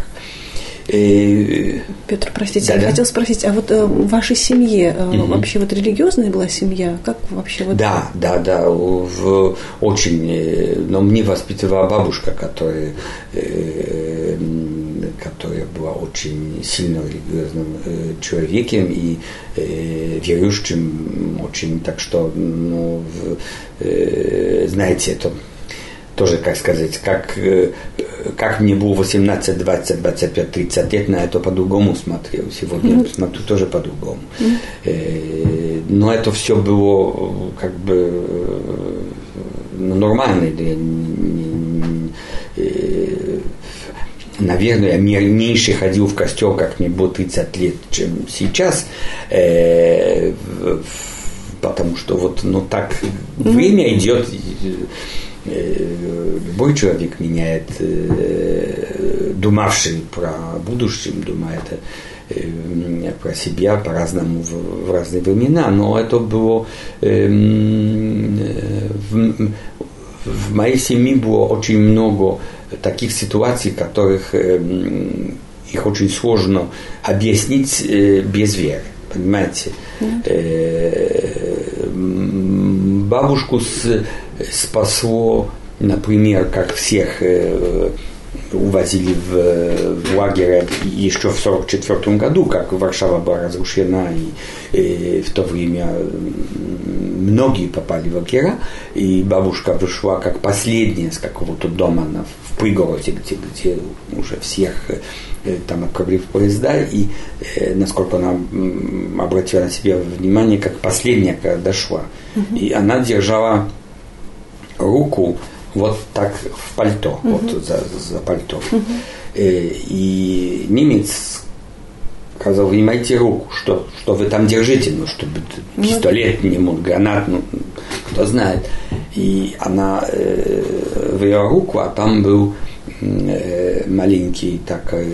Петр, простите, да, я да? хотела спросить, а вот э, в вашей семье э, угу. вообще вот религиозная была семья? Как вообще вот? Да, да, да, в, очень, э, но мне воспитывала бабушка, которая, э, которая была очень сильно религиозным э, человеком и э, верующим очень, так что, ну, в, э, знаете, это тоже, как сказать, как, как мне было восемнадцать, двадцать, двадцать пять, тридцать лет, на это по-другому смотрел. Сегодня mm-hmm. смотрю тоже по-другому. Mm-hmm. Но это все было как бы нормально. Наверное, я меньше ходил в костел, как мне было тридцать лет, чем сейчас. Потому что вот, ну, так mm-hmm. время идет. Любой человек меняет, думавший про будущее, думает про себя по-разному в разные времена, но это было в, в моей семье было очень много таких ситуаций, которых их очень сложно объяснить без веры, понимаете? Mm. Бабушку с спасло, например, как всех э, увозили в, в лагерь еще в сорок четвёртом году, как Варшава была разрушена, и, и в то время многие попали в лагеря, и бабушка вышла как последняя с какого-то дома на, в пригороде, где, где уже всех там отправили в поезда, и э, насколько она м, обратила на себя внимание, как последняя, когда дошла. Uh-huh. И она держала руку вот так в пальто, uh-huh. вот за, за пальто. Uh-huh. Э, и немец сказал: вынимайте руку, что, что вы там держите, ну, чтобы пистолет, не мог, гранат, ну, кто знает. И она э, вывела руку, а там был маленький такой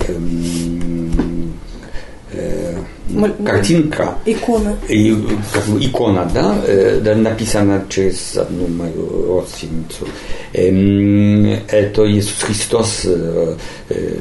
э, э, картинка, икона, и, как бы икона, да, э, написана через одну мою родственницу. Э, это Иисус Христос э, э,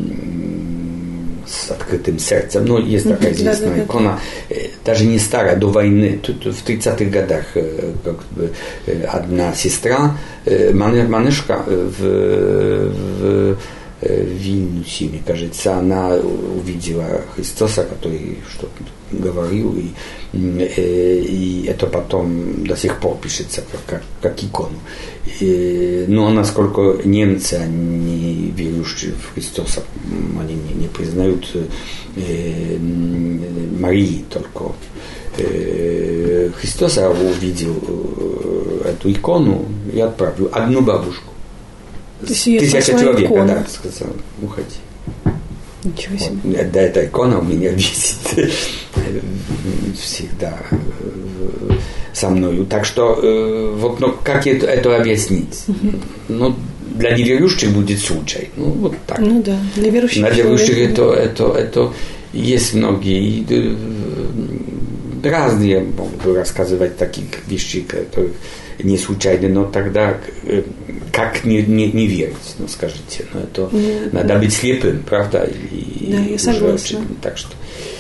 с открытым сердцем. Ну, есть такая известная да, да, икона, да. Даже не старая, до войны. Тут в тридцатых годах как бы одна сестра, Манышка в, в Вильнюсе, мне кажется, она увидела Христоса, который что-то говорил, и, и это потом до сих пор пишется как, как, как икону. И, но насколько немцы, они верующие в Христоса, они не, не признают э, Марии, только э, Христоса увидел эту икону и отправил одну бабушку. Тысяча человек, да, сказал, уходи. Ничего себе. Вот, да, эта икона у меня висит всегда со мною. Так что, вот, ну, как это, это объяснить? Uh-huh. Ну, для неверующих будет случай. Ну, вот так. Ну да, для верующих. Для верующих это, это, это есть многие разные, могу рассказывать такие вещи, которые не случайны, но тогда как не, не, не верить, ну скажите, ну это mm-hmm. надо быть слепым, правда? И, да, я согласна. Очень, так что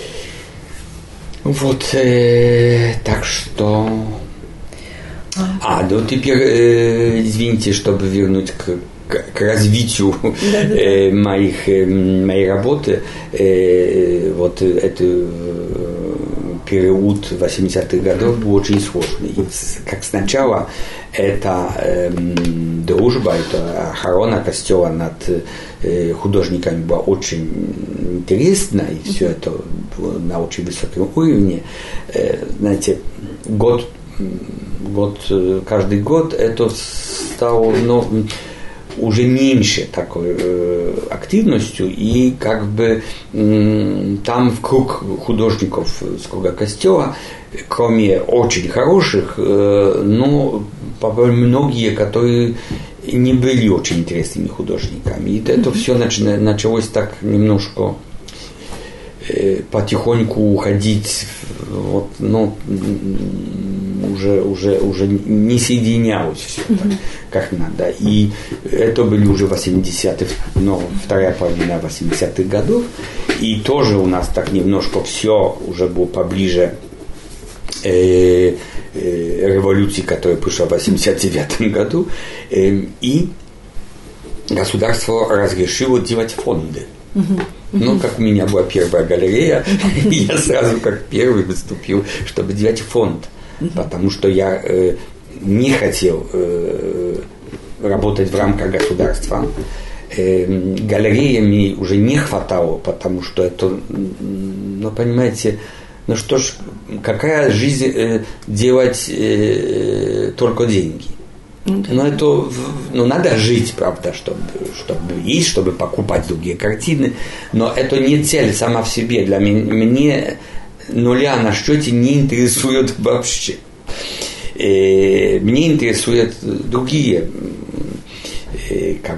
вот, э, так что а, а ну теперь э, извините, чтобы вернуть к к, к развитию да, да, э, да. моих э, моей работы, э, вот эту период восьмидесятых годов был очень сложный. И как сначала эта э, дружба, эта охрана костела над э, художниками была очень интересна, и все это было на очень высоком уровне. Э, знаете, год, год, каждый год это стало, ну, уже меньше такой э, активностью, и как бы э, там в круг художников с круга костела, кроме очень хороших, э, но многие, которые не были очень интересными художниками. И это mm-hmm. все нач- началось так немножко э, потихоньку уходить, вот, ну, уже, уже, уже не соединялось все mm-hmm. так, как надо. И это были уже восьмидесятые, но вторая половина восьмидесятых годов. И тоже у нас так немножко все уже было поближе э, э, революции, которая пришла в восемьдесят девятом году. Э, и государство разрешило делать фонды. Mm-hmm. Ну, как у меня была первая галерея, я сразу как первый выступил, чтобы делать фонд. Потому что я э, не хотел э, работать в рамках государства. Э, галереями уже не хватало, потому что это, ну, понимаете, ну что ж, какая жизнь э, делать э, только деньги? Ну, это, ну, надо жить, правда, чтобы, чтобы есть, чтобы покупать другие картины, но это не цель сама в себе. Для меня нуля на счете не интересует вообще. И мне интересуют другие, как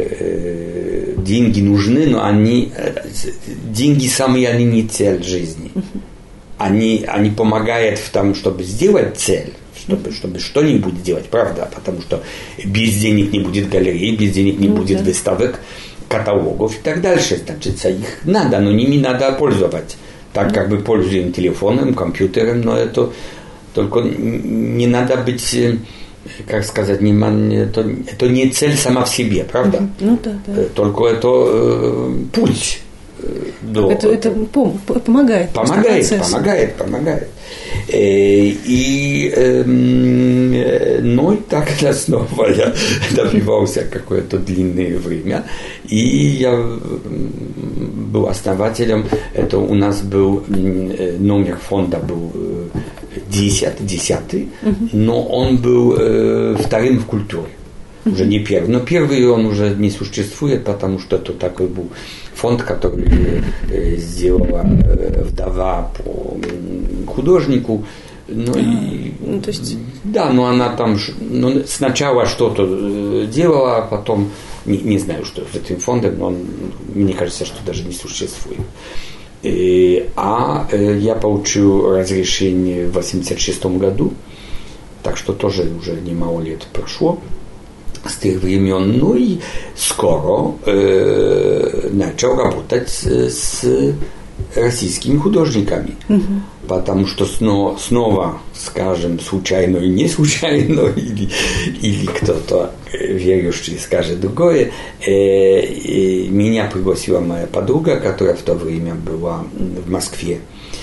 бы, деньги нужны, но они, деньги сами, они не цель жизни. Они, они помогают в том, чтобы сделать цель, чтобы, чтобы что-нибудь сделать, правда, потому что без денег не будет галереи, без денег не ну, будет да. выставок, каталогов и так дальше. Значит, их надо, но ними надо пользоваться. Так как бы пользуем телефоном, компьютером, но это только не надо быть как сказать, не, это, это не цель сама в себе, правда? Mm-hmm. Ну да, да. Только это э, путь. До... Это, это пом- помогает. Помогает, помогает, помогает. И, э, ну, и так снова я добивался какое-то длинное время. И я был основателем. Это у нас был номер фонда был десятый, десятый, uh-huh. но он был э, вторым в культуре. Уже не первый. Но первый он уже не существует, потому что это такой был фонд, который э, сделала э, вдова по художнику. Ну, а, и, ну, то есть... Да, но она там ну, сначала что-то делала, а потом не, не знаю, что с этим фондом, но он, мне кажется, что даже не существует. И, а э, я получил разрешение в восемьдесят шестом году, так что тоже уже немало лет прошло с тех времен. Ну и скоро э, начал работать с российскими художниками, угу. потому что снова, снова, скажем, случайно и не случайно, или, или кто-то верующий скажет другое, э, э, меня пригласила моя подруга, которая в то время была в Москве,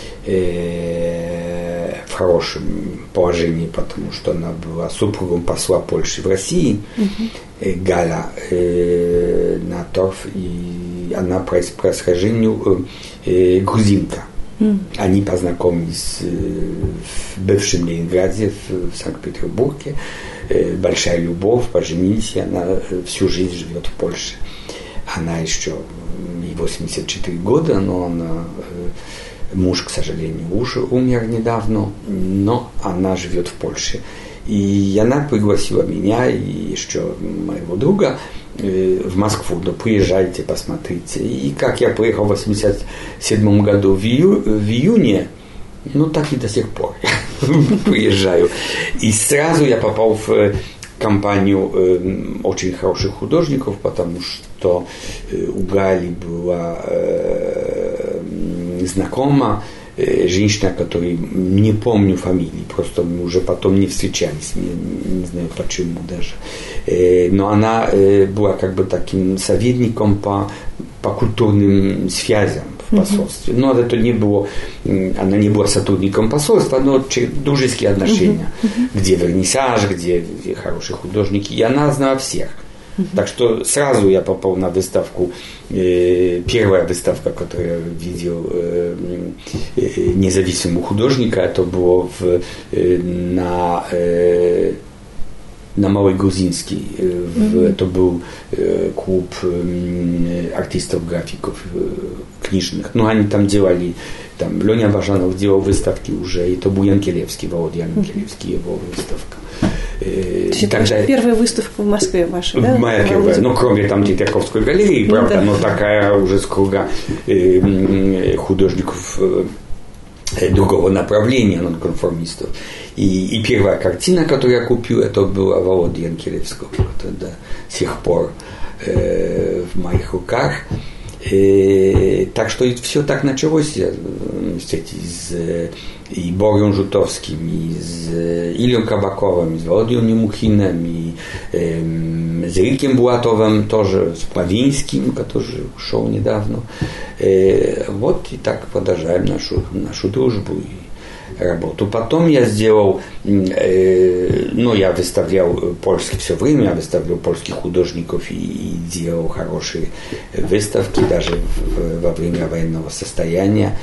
э, в хорошем положении, потому что она была супругом посла Польши в России, uh-huh. э, Галя э, Наторф, и она по происхождению э, грузинка. Uh-huh. Они познакомились э, в бывшем Ленинграде, в, в Санкт-Петербурге. Э, большая любовь, поженились, и она всю жизнь живет в Польше. Она еще ей восемьдесят четыре года, но она... Э, Муж, к сожалению, уже умер недавно, но она живет в Польше. И она пригласила меня и еще моего друга э, в Москву. Да приезжайте, посмотрите. И как я приехал в восемьдесят седьмом году в, ию, в июне, ну так и до сих пор приезжаю. И сразу я попал в компанию э, очень хороших художников, потому что э, у Гали была э, знакома э, женщина, которой не помню фамилии, просто мы уже потом не встречались, не, не знаю почему даже. Э, но она э, была как бы таким советником по, по культурным связям в посольстве. Mm-hmm. Но это не было, она не была сотрудником посольства, но дружеские отношения, mm-hmm. где вернисаж, где, где хорошие художники, и она знала всех. Mm-hmm. Так что сразу я попал на выставку, э, первая выставка, которую я видел э, э, независимого художника, это было в, э, на э, на Малой Грузинский. Mm-hmm. Это был э, клуб э, артистов-графиков э, книжных. Ну, они там делали, там Леня Бажанов делал выставки уже, и это был Янкелевский, Володя Янкелевский, mm-hmm. его выставка. Э, это тогда... первая выставка в Москве ваша, да? Моя первая, ну, кроме там Третьяковской галереи, правда, mm-hmm. но такая уже с круга э, художников э, другого направления, нонконформистов. И, и первая картина, которую я купил, это была Володи Янкелевского. Это до сих пор э, в моих руках. И, так что все так началось, кстати, с и Борем Жутовским, и с Ильей Кабаковым, и с Володей Немухиным, и э, с Риком Булатовым, тоже с Плавинским, который ушел недавно. Э, вот и так продолжаем нашу, нашу дружбу и работу. Потом я сделал, э, ну, я выставлял польских все время, я выставлял польских художников и, и делал хорошие выставки, даже в, во время военного состояния.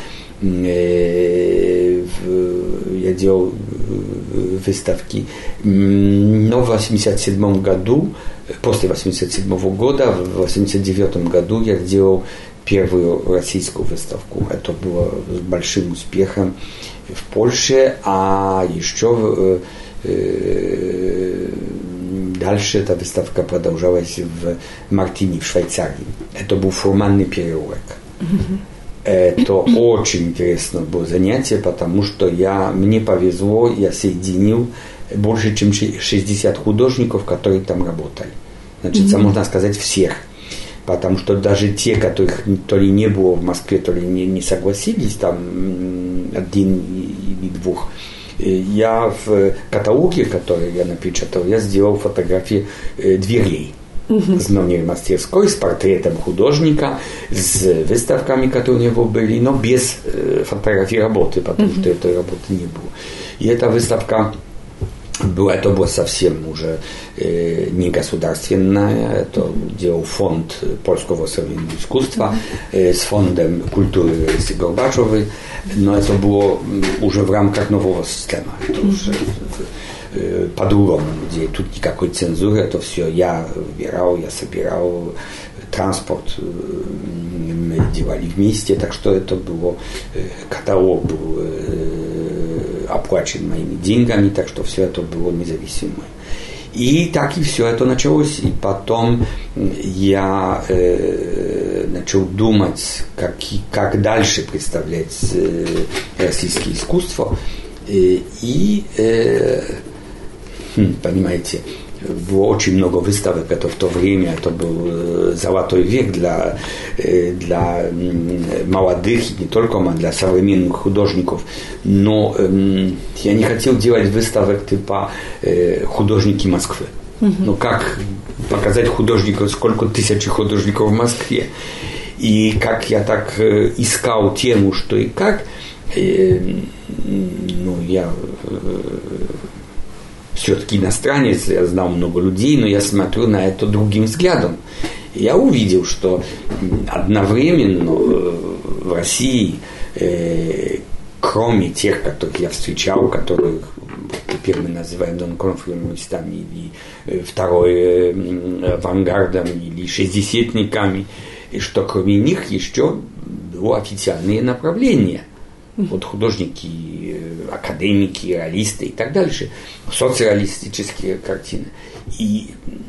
Э, в, я делал выставки. Но в восемьдесят седьмом году, после восемьдесят седьмого года, в восемьдесят девятом году я делал первую российскую выставку. Это было с большим успехом в Польше, а еще э, дальше эта выставка продолжалась в Мартине, в Швейцарии. Это был формальный переулок. Mm-hmm. Это очень интересно было занятие, потому что я, мне повезло, я соединил больше, чем шестьдесят художников, которые там работали. Значит, mm-hmm. можно сказать, всех. Потому что даже те, которых то ли не было в Москве, то ли не, не согласились, там один или двух Я в каталоге, который я напечатал, я сделал фотографии дверей. Mm-hmm. С номером мастерской, с портретом художника, с выставками, которые у него были, но без э, фотографии работы, потому mm-hmm. что этой работы не было. И эта выставка была, это было совсем уже э, не государственная, это делал фонд польского современного искусства mm-hmm. э, с фондом культуры Ларисы Горбачевой, но это было уже в рамках нового системы. Это mm-hmm. уже, по-другому, где тут никакой цензуры, это все я выбирал, я собирал, транспорт мы делали вместе, так что это было, каталог был оплачен моими деньгами, так что все это было независимое. И так и все это началось, и потом я э, начал думать, как, как дальше представлять э, российское искусство, и, и э, понимаете, было очень много выставок, это в то время, это был золотой век для, для молодых, и не только для современных художников, но э, я не хотел делать выставок типа э, «Художники Москвы». Mm-hmm. Ну как показать художников, сколько тысяч художников в Москве, и как я так э, искал тему, что и как, э, ну я... Э, все-таки иностранец, я знал много людей, но я смотрю на это другим взглядом. И я увидел, что одновременно в России, э, кроме тех, которых я встречал, которых теперь мы называем нонконформистами, или второй э, авангардом, или шестидесятниками, и что кроме них еще было официальные направления. Вот художники, академики, реалисты и так дальше, соцреалистические картины. И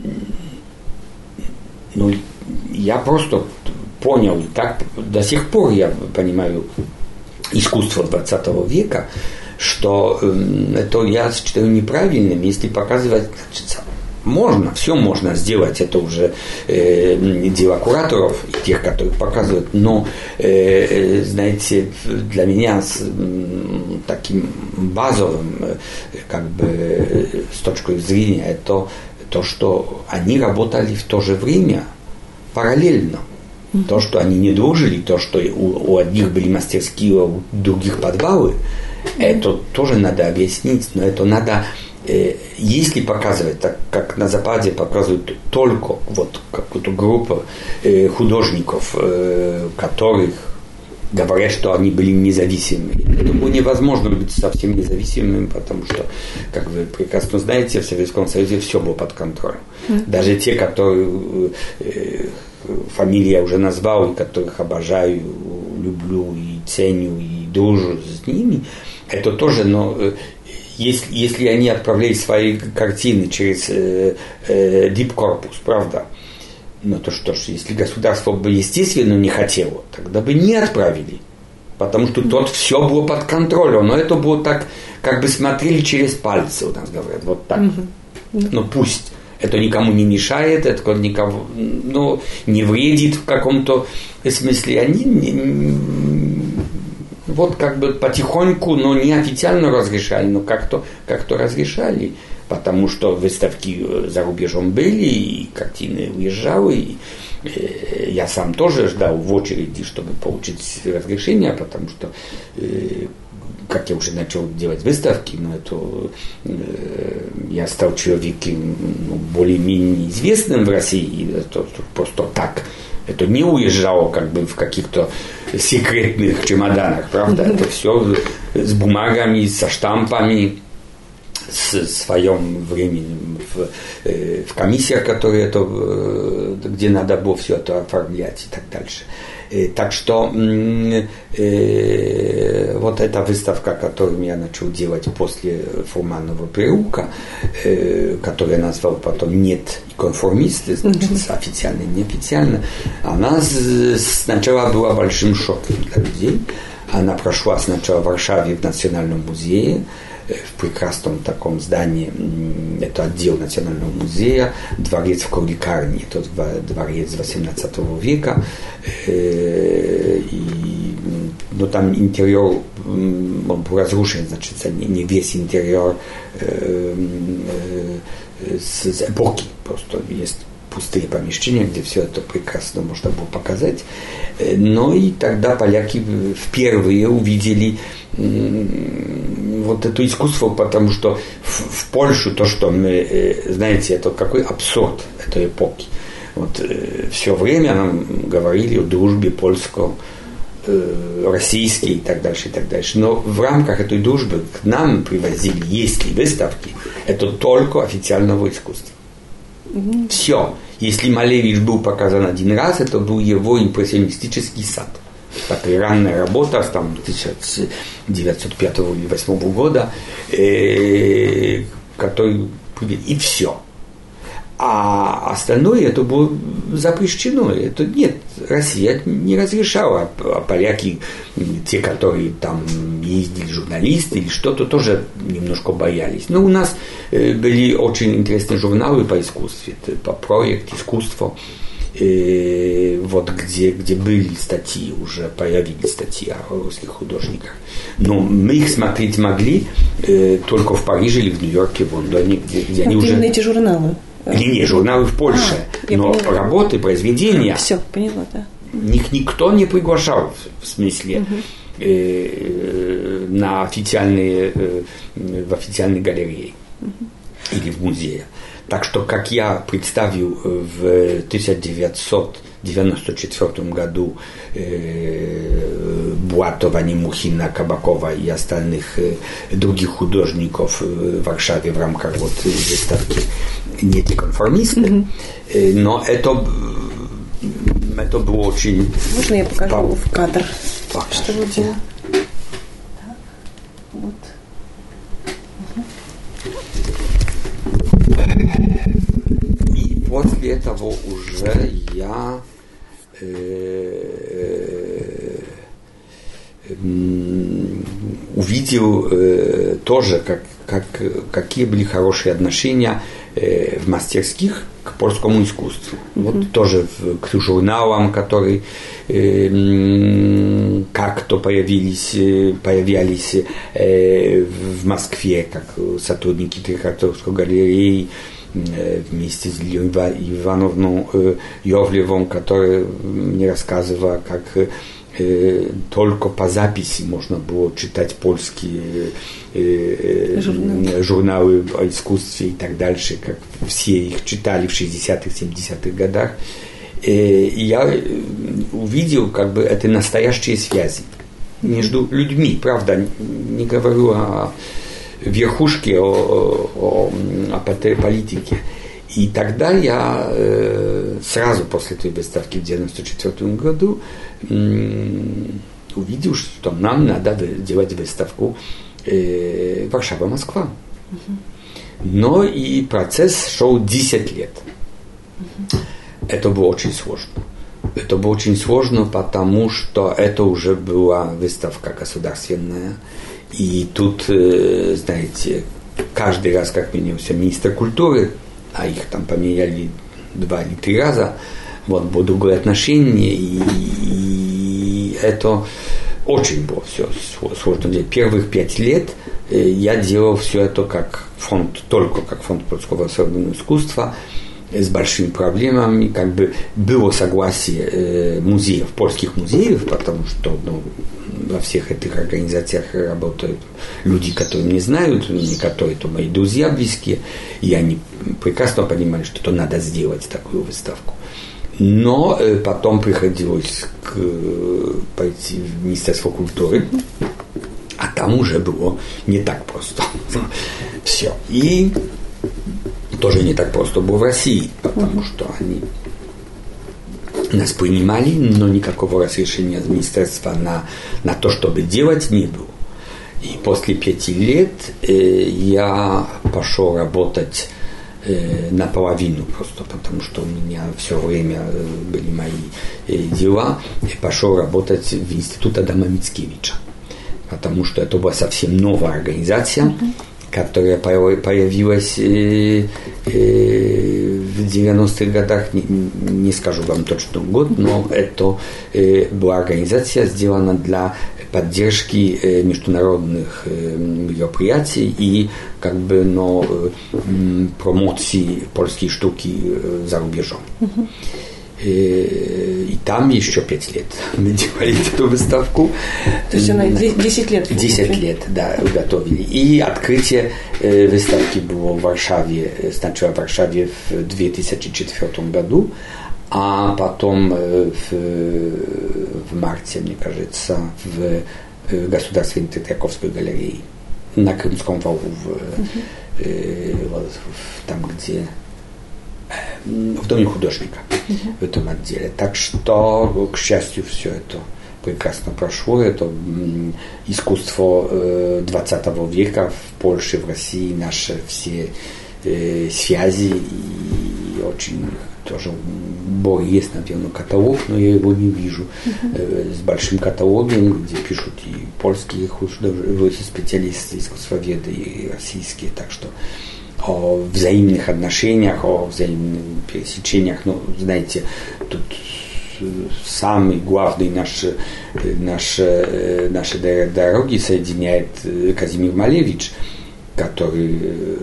ну, я просто понял, и так до сих пор я понимаю искусство двадцатого века, что э, это я считаю неправильным, если показывать, значит, можно, все можно сделать, это уже э, дело кураторов, тех, которых показывают, но, э, знаете, для меня с э, таким базовым, э, как бы, э, с точки зрения, это то, что они работали в то же время, параллельно. Mm-hmm. То, что они не дружили, то, что у, у одних были мастерские, а у других подвалы, mm-hmm. это тоже надо объяснить, но это надо... Если показывать, так как на Западе показывают только вот какую-то группу э, художников, э, которых говорят, что они были независимыми, я думаю, невозможно быть совсем независимым, потому что, как вы прекрасно знаете, в Советском Союзе все было под контролем. Mm-hmm. Даже те, которые э, фамилии я уже назвал, и которых обожаю, люблю и ценю, и дружу с ними, это тоже, но Если, если они отправляли свои картины через э, э, Deep Corpus, правда, ну то что ж, если государство бы естественно не хотело, тогда бы не отправили, потому что тут все было под контролем, но это было так, как бы смотрели через пальцы, у нас говорят, вот так, mm-hmm. ну пусть, это никому не мешает, это никому, ну, не вредит в каком-то смысле, они не, вот как бы потихоньку, но не официально разрешали, но как-то, как-то разрешали, потому что выставки за рубежом были, и картины уезжали, и э, я сам тоже ждал в очереди, чтобы получить разрешение, потому что, э, как я уже начал делать выставки, но это, э, я стал человеком ну, более-менее известным в России, это просто так. Это не уезжало как бы в каких-то секретных чемоданах, правда? Это все с бумагами, со штампами, с своем времени в, э, в комиссиях, которые это, э, где надо было все это оформлять и так дальше. Э, так что э, э, вот эта выставка, которую я начал делать после Фурманова переулка, э, которую я назвал потом «Нет конформисты», значит, mm-hmm. официально и неофициально, она с, сначала была большим шоком для людей. Она прошла сначала в Варшаве в Национальном музее, в прекрасном таком здании, это отдел Национального музея, дворец в Кроликарне, это дворец восемнадцатого века, и но там интерьер, он был разрушен, значит, не, не весь интерьер э, э, с, с эпохи, просто есть пустые помещения, где все это прекрасно можно было показать. Но и тогда поляки впервые увидели вот это искусство, потому что в, в Польшу то, что мы, знаете, это какой абсурд этой эпохи. Вот все время нам говорили о дружбе польско российской и так дальше, и так дальше. Но в рамках этой дружбы к нам привозили, если выставки, это только официального искусства. Mm-hmm. Все. Если Малевич был показан один раз, это был его импрессионистический сад. Такая ранняя работа, там, тысяча девятьсот пятого или восьмого года, э, который... И все. А остальное это было запрещено. Это нет, Россия не разрешала. А поляки, те, которые там ездили, журналисты или что-то, тоже немножко боялись. Но у нас были очень интересные журналы по искусству, по проекту искусства. Вот где, где были статьи, уже появились статьи о русских художниках. Но мы их смотреть могли э, только в Париже или в Нью-Йорке, в Лондоне, где, где они уже... эти журналы? Не, не, журналы в Польше, а, но поняла. Работы, произведения. Все, поняла, да. Их никто не приглашал, в смысле, угу. э, на официальные, э, в официальные галереи угу. или в музее. Так что, как я представил в тысяча девятьсот девяносто четвёртом году э, Буатова, Немухина, Кабакова и остальных э, других художников в Варшаве в рамках вот, выставки «Нетиконформисты», mm-hmm. э, но это, это было очень... Можно я покажу по... в кадр? Покажите. Чтобы было... Так, вот. И после этого уже я э, э, увидел э, тоже, как, как, какие были хорошие отношения э, в мастерских к польскому искусству. Mm-hmm. Вот тоже в, к журналам, которые э, как-то появились, появлялись э, в Москве, как сотрудники Третьяковской галереи, вместе с Лилией Ивановной Йовлевой, которая мне рассказывала, как э, только по записи можно было читать польские э, журналы. журналы о искусстве и так дальше, как все их читали в шестидесятых, семидесятых годах. И я увидел, как бы, это настоящие связи между людьми, правда, не говорю о верхушке, о, о, о политике. И тогда я э, сразу после той выставки в девяносто четвёртом году э, увидел, что нам надо делать выставку э, Варшава-Москва. Uh-huh. Но и процесс шел десять лет. Uh-huh. Это было очень сложно. Это было очень сложно, потому что это уже была выставка государственная. И тут, знаете, каждый раз, как менялся министр культуры, а их там поменяли два или три раза, вот, было другое отношение, и, и это очень было все сложно. Первых пять лет я делал все это как фонд, только как фонд польского современного искусства, с большими проблемами, как бы было согласие э, музеев, польских музеев, потому что ну, во всех этих организациях работают люди, которые не знают, некоторые то мои друзья близкие, и они прекрасно понимали, что это надо сделать такую выставку. Но э, потом приходилось к, э, пойти в Министерство культуры, а там уже было не так просто. Все. И тоже не так просто было в России, потому uh-huh. что они нас принимали, но никакого разрешения от министерства на, на то, чтобы делать, не было. И после пяти лет э, я пошел работать э, наполовину, просто потому что у меня все время были мои э, дела, и пошел работать в институт Адама Мицкевича, потому что это была совсем новая организация, uh-huh. которая появилась э, э, в девяностых годах, не, не скажу вам точно год, но это э, была организация, сделана для поддержки международных мероприятий и как бы, но, промоции польской штуки за рубежом. Uh-huh. И там еще пять лет мы делали эту выставку. То есть она десять лет? десять лет, да, готовили. И открытие выставки было в Варшаве, сначала в Варшаве в две тысячи четвёртом году, а потом в, в марте, мне кажется, в Государственной Третьяковской галерее на Крымском валу, в, uh-huh. в, там, где в Доме художника, uh-huh. в этом отделе. Так что, к счастью, все это прекрасно прошло. Это искусство двадцатого века в Польше, в России, наши все э, связи. И очень тоже есть, наверное, каталог, но я его не вижу. Uh-huh. Э, с большим каталогом, где пишут и польские художественные специалисты, искусствоведы, и российские. Так что о взаимных отношениях, о взаимных пересечениях. Ну, знаете, тут самый главный наш, наш, наши дороги соединяет Казимир Малевич, который,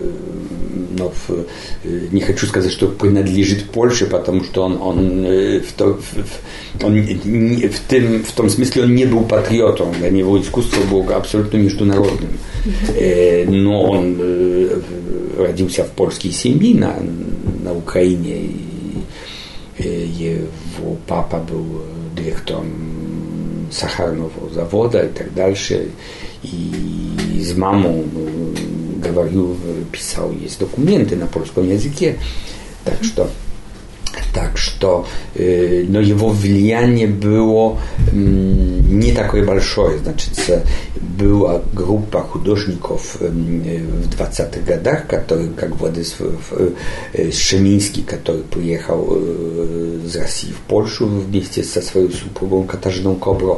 ну, не хочу сказать, что принадлежит Польше, потому что он, он, в, то, в, он в, том, в том смысле он не был патриотом, для него искусство было абсолютно международным. Но он родился в польской семье на, на Украине, и его папа был директором сахарного завода и так дальше. И с мамой говорил, писал, есть документы на польском языке. Так что, так что э, но его влияние было м, не такое большое. Значит, была группа художников э, в двадцатых годах, которые, как Владислав э, Шеминский, который приехал э, из России в Польшу вместе со своей супругой Катарzyną Kobro.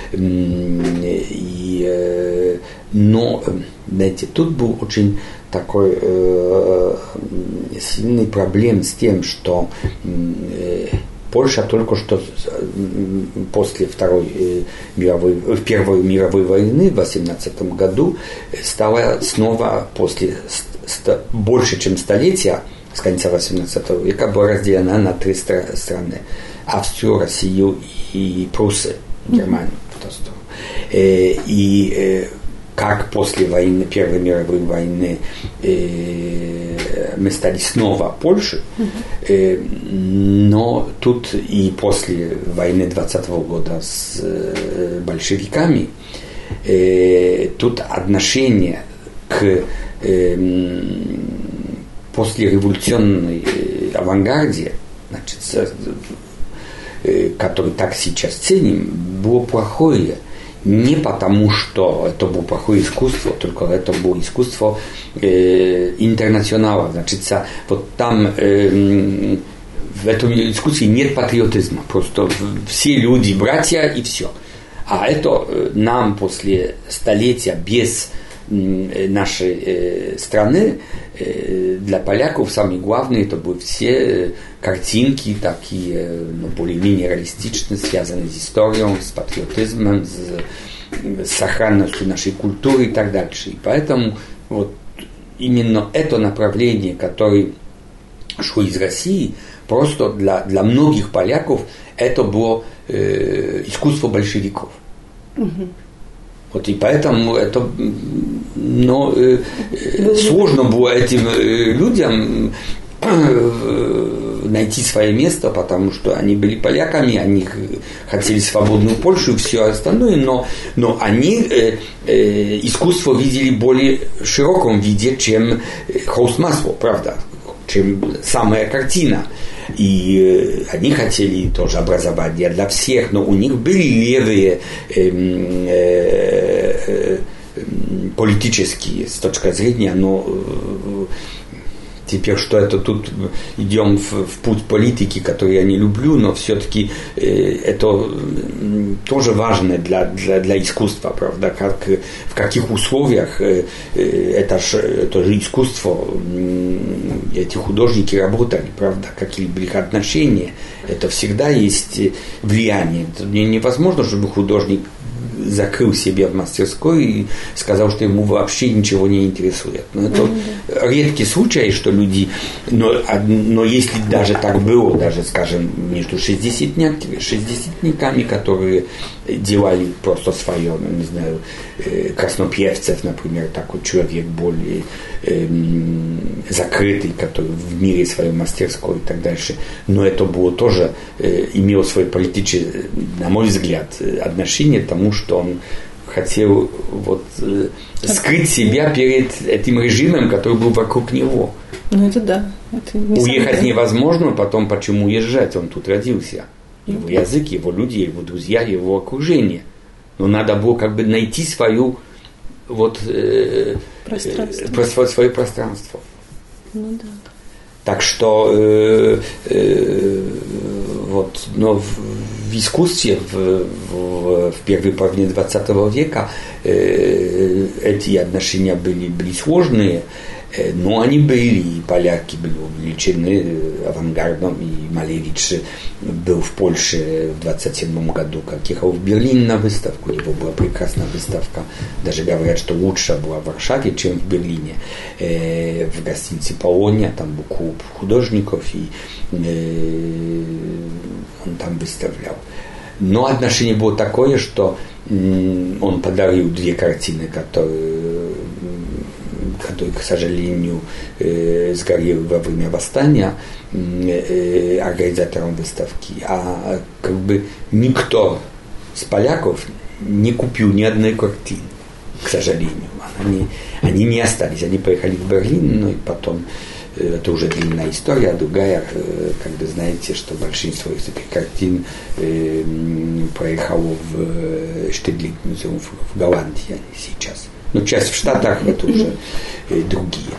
И, э, но, знаете, тут был очень такой э, сильный проблем с тем, что э, Польша только что э, после Второй э, мировой, Первой мировой войны в восемнадцатом году стала снова после ст, больше чем столетия с конца восемнадцатого века была разделена на три стра- страны: Австрию, Россию и Пруссию, Германию. Э, и э, как после войны, Первой мировой войны э, мы стали снова Польшей, э, но тут и после войны двадцатого года с э, большевиками, э, тут отношение к э, послереволюционной э, авангарде, значит, э, который так сейчас ценим, было плохое. Не потому, что это было плохое искусство, только это было искусство э, интернационала. Значит, вот там э, в этом искусстве нет патриотизма. Просто все люди братья и все. А это нам после столетия без э, нашей э, страны, э, для поляков самое главное это были все картинки такие, ну, более-менее реалистичные, связанные с историей, с патриотизмом, с, с сохранностью нашей культуры и так дальше. И поэтому вот именно это направление, которое шло из России, просто для, для многих поляков это было э, искусство большевиков. Mm-hmm. Вот и поэтому это, ну, э, э, сложно было этим э, людям найти свое место, потому что они были поляками, они хотели свободную Польшу и все остальное, но, но они э, э, искусство видели в более широком виде, чем холст масла, правда, чем самая картина. И э, они хотели тоже образование для всех, но у них были левые э, э, э, политические с точки зрения, но э, теперь, что это тут идем в, в путь политики, который я не люблю, но все-таки э, это э, тоже важно для, для, для искусства, правда, как, в каких условиях э, это, ж, это же искусство, э, эти художники работали, правда, какие были их отношения, это всегда есть влияние. Это невозможно, чтобы художник закрыл себя в мастерской и сказал, что ему вообще ничего не интересует. Но это mm-hmm. редкий случай, что люди, но, но если даже так было, даже, скажем, между шестидесятниками, которые делали просто свое, ну, не знаю, Краснопьевцев, например, такой человек более э, закрытый, который в мире своей мастерской и так дальше, но это было тоже, э, имело свое политическое, на мой взгляд, отношение к тому, что он хотел вот, э, скрыть себя перед этим режимом, который был вокруг него. Ну это да. Это не Уехать самое... невозможно, потом почему уезжать? Он тут родился. Его язык, его люди, его друзья, его окружение. Но надо было как бы найти свою вот э, пространство. Э, свое пространство. Ну да. Так что э, э, вот, но в, в искусстве в, в, в первой половине двадцатого века э, эти отношения были, были сложные. Но они были, и поляки были увлечены авангардом, и Малевич был в Польше в двадцать седьмом году, как ехал в Берлин на выставку, у него была прекрасная выставка, даже говорят, что лучше была в Варшаве, чем в Берлине, э, в гостинице Полония, там был клуб художников, и э, он там выставлял. Но отношение было такое, что э, он подарил две картины, которые который, к сожалению, э, сгорел во время восстания э, организатором выставки. А как бы никто с поляков не купил ни одной картины, к сожалению. Они, они не остались. Они поехали в Берлин, ну и потом, э, это уже длинная история, другая, э, как бы знаете, что большинство из этих картин э, поехало в Штедлинг-музеум в, в Голландии они сейчас. Ну, часть в Штатах, это уже э, другие.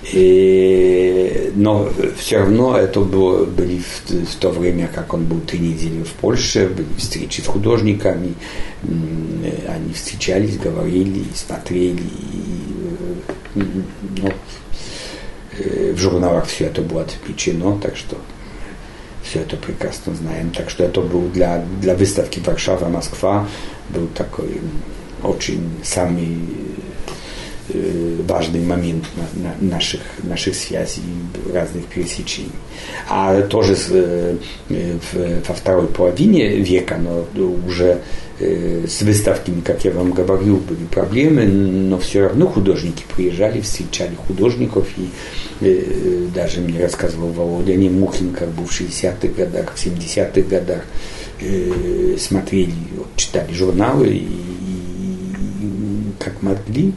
И, но все равно это было, были в, в то время, как он был три недели в Польше, были встречи с художниками, э, они встречались, говорили, смотрели. И, э, ну, э, в журналах все это было отмечено, так что все это прекрасно знаем. Так что это был для, для выставки Варшава-Москва был такой очень самый э, важный момент на, на наших, наших связей, разных пересечений. А тоже с, э, в, во второй половине века, но уже э, с выставками, как я вам говорил, были проблемы, но все равно художники приезжали, встречали художников, и э, даже мне рассказывал Володя Немухин, как был в шестидесятых годах, в семидесятых годах, э, смотрели, вот, читали журналы и как могли,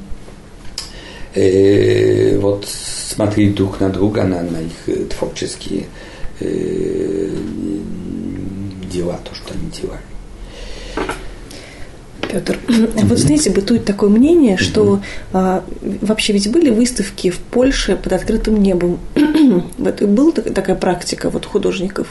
э, вот смотрели друг на друга, на, на их творческие э, дела, то, что они делали. Петр, вот знаете, бытует такое мнение, что а, вообще ведь были выставки в Польше под открытым небом. Вот была такая практика вот художников?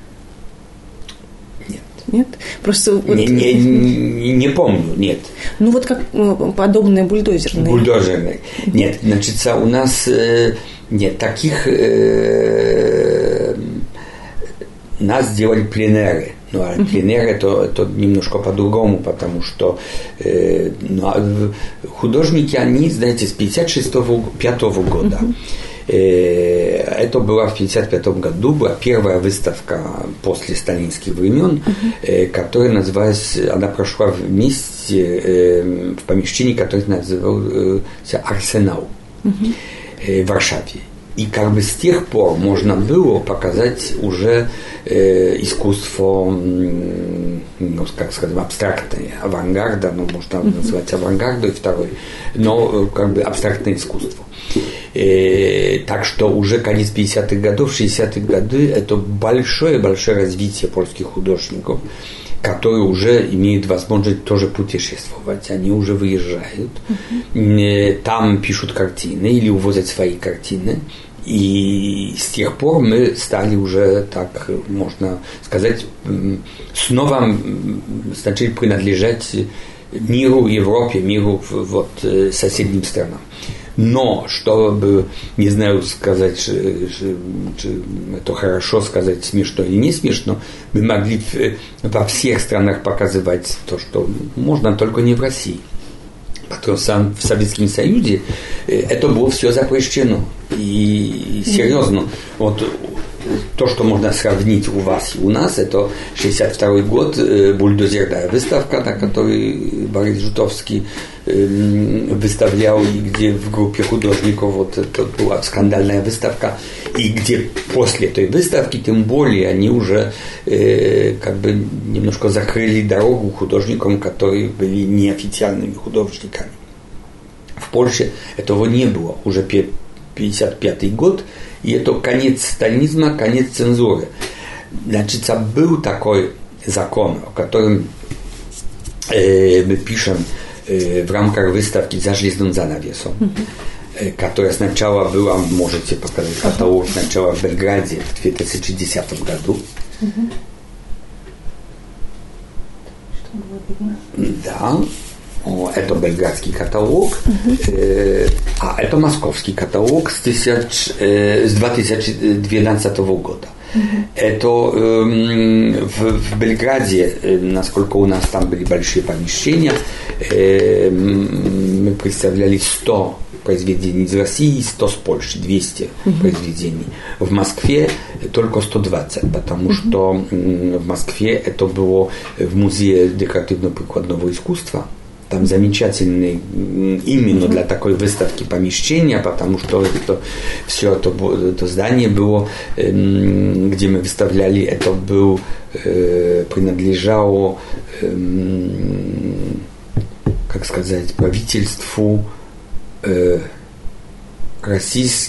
Нет? Просто вот... не, не, не, не помню, нет. Ну вот как подобные бульдозерные. Бульдозерные. Нет, значит, у нас э, нет таких. Э, нас делали пленеры. Ну, а пленеры это, это немножко по-другому, потому что э, ну, художники, они, знаете, с пятьдесят шестого пятого года. Uh-huh. Это было в пятьдесят пятом году, была первая выставка после сталинских времен, uh-huh. которая называлась, она прошла вместе в помещении, которое назывался «Арсенал» uh-huh. в Варшаве. И как бы с тех пор можно было показать уже э, искусство, ну, как сказать, абстрактное, авангарда, ну, можно mm-hmm. назвать авангардой второй, но как бы абстрактное искусство. Э, так что уже конец пятидесятых годов, шестидесятые годы это большое-большое развитие польских художников, которые уже имеют возможность тоже путешествовать, они уже выезжают, uh-huh. там пишут картины или увозят свои картины. И с тех пор мы стали уже, так можно сказать, снова начали принадлежать миру, Европе, миру вот, соседним странам. Но, чтобы, не знаю, сказать, что это хорошо сказать, смешно или не смешно, мы могли во всех странах показывать то, что можно, только не в России. Потому что в Советском Союзе это было все запрещено. И серьезно, вот то, что можно сравнить у вас и у нас, это шестьдесят второй год, бульдозерная выставка, на которой Борис Жутовский выставлял, и где в группе художников вот это была скандальная выставка, и где после этой выставки, тем более, они уже э, как бы немножко закрыли дорогу художникам, которые были неофициальными художниками. В Польше этого не было, уже пятьдесят пятый год, и это конец сталинизма, конец цензуры. Значит, был такой закон, о котором э, мы пишем в рамках выставки «За железным занавесом», mm-hmm. которая сначала была, можете показать каталог, сначала в Белграде в две тысячи десятом году. Mm-hmm. Что было видно? Да, о, это бельградский каталог, mm-hmm. э, а это московский каталог с, тысяч, э, с две тысячи двенадцатого года. Mm-hmm. Это э, в, в Белграде, э, насколько у нас там были большие помещения, э, мы представляли сто произведений из России, сто с Польши, двести mm-hmm. произведений. В Москве только сто двадцать, потому mm-hmm. что э, в Москве это было в музее декоративно-прикладного искусства. Там замечательные именно для такой выставки помещения, потому что это, все это, это здание было, где мы выставляли, это был, принадлежало, как сказать, правительству Российской,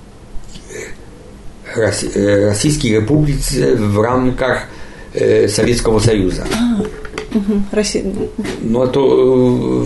Российской Республики в рамках Советского Союза. Угу. Россия. Ну, а то,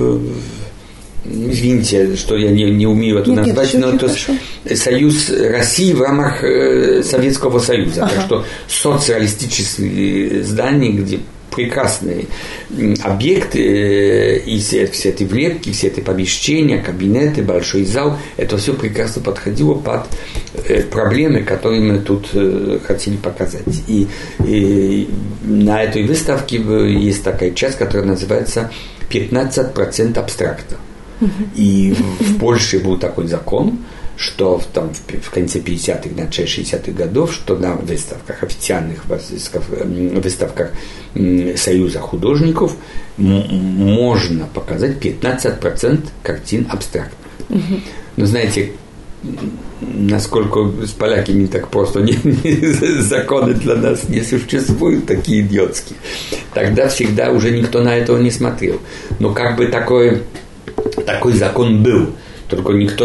извините, что я не, не умею это нет, назвать, нет, но это хорошо. Союз России в рамках Советского Союза. Ага. Так что социалистические здания, где прекрасные объекты, и все, все эти влепки, все эти помещения, кабинеты, большой зал, это все прекрасно подходило под проблемы, которые мы тут хотели показать. И, и на этой выставке есть такая часть, которая называется пятнадцать процентов абстракта. Uh-huh. И в, в Польше был такой закон, что там, в конце пятидесятых, начале шестидесятых годов, что на выставках, официальных выставках Союза художников можно показать пятнадцать процентов картин абстрактных. Uh-huh. Но знаете, насколько с поляками так просто не, не, законы для нас не существуют, такие идиотские, тогда всегда уже никто на этого не смотрел. Но как бы такой, такой закон был, только никто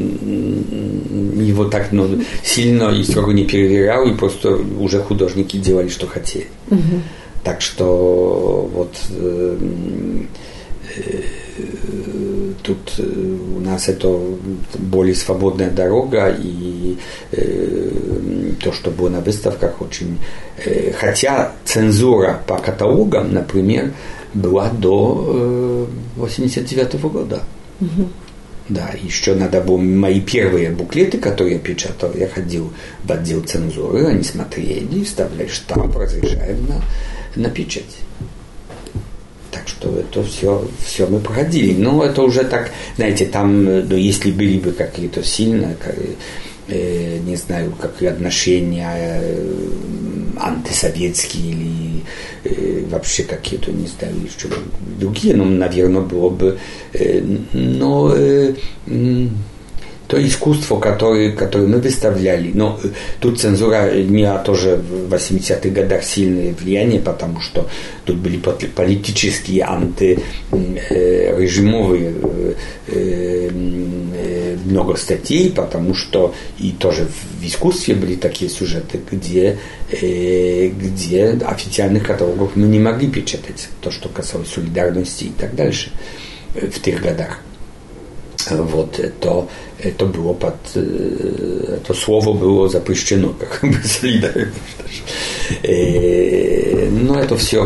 его так ну, сильно и строго не переверял, и просто уже художники делали, что хотели. Uh-huh. Так что вот э, э, тут у нас это более свободная дорога, и э, то, что было на выставках, очень... Э, хотя цензура по каталогам, например, была до э, восемьдесят девятого года. Uh-huh. Да, еще надо было мои первые буклеты, которые я печатал, я ходил в отдел цензуры, они смотрели, вставляли штамп, разрешаем на, на печать. Так что это все, все мы проходили. Но это уже так, знаете, там, ну, если были бы какие-то сильные, как, э, не знаю, какие отношения э, антисоветские или э, вообще какие-то, не знаю, еще другие, ну, наверное, было бы, э, но э, э, то искусство, которое, которое мы выставляли, но э, тут цензура имела тоже в восьмидесятых годах сильное влияние, потому что тут были политические, антирежимовые э, э, э, много статей, потому что и тоже в искусстве были такие сюжеты, где, э, где официальных каталогов мы не могли печатать, то, что касалось солидарности и так дальше э, в тех годах. Вот, это, это было под, это слово было запрещено, как бы солидарность. Но это все, к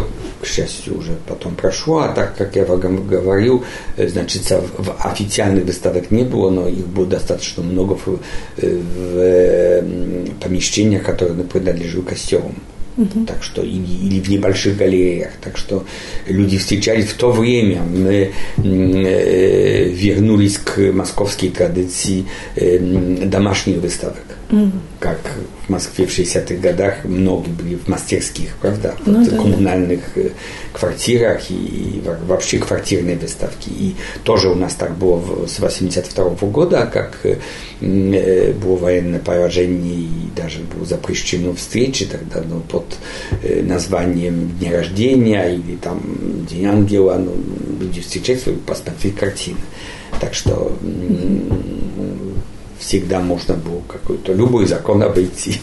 счастью, уже потом прошло, а так, как я вам говорил, значит, в официальных выставок не было, но их было достаточно много в, в помещениях, которые принадлежали костелам. Uh-huh. Так что или, или в небольших галереях. Так что люди встречались в то время. Мы э, вернулись к московской традиции э, домашних выставок. Uh-huh. Как в Москве в шестидесятых годах многие были в мастерских, правда, ну, в да, коммунальных да. квартирах и, и вообще квартирные выставки. И тоже у нас так было с восемьдесят второго года, как э, было военное поражение и даже было запрещено встречи тогда, ну, под э, названием дня рождения или там День ангела, ну, люди встречались, посмотреть картины. Так что mm-hmm. всегда можно было какой-то любой закон обойти.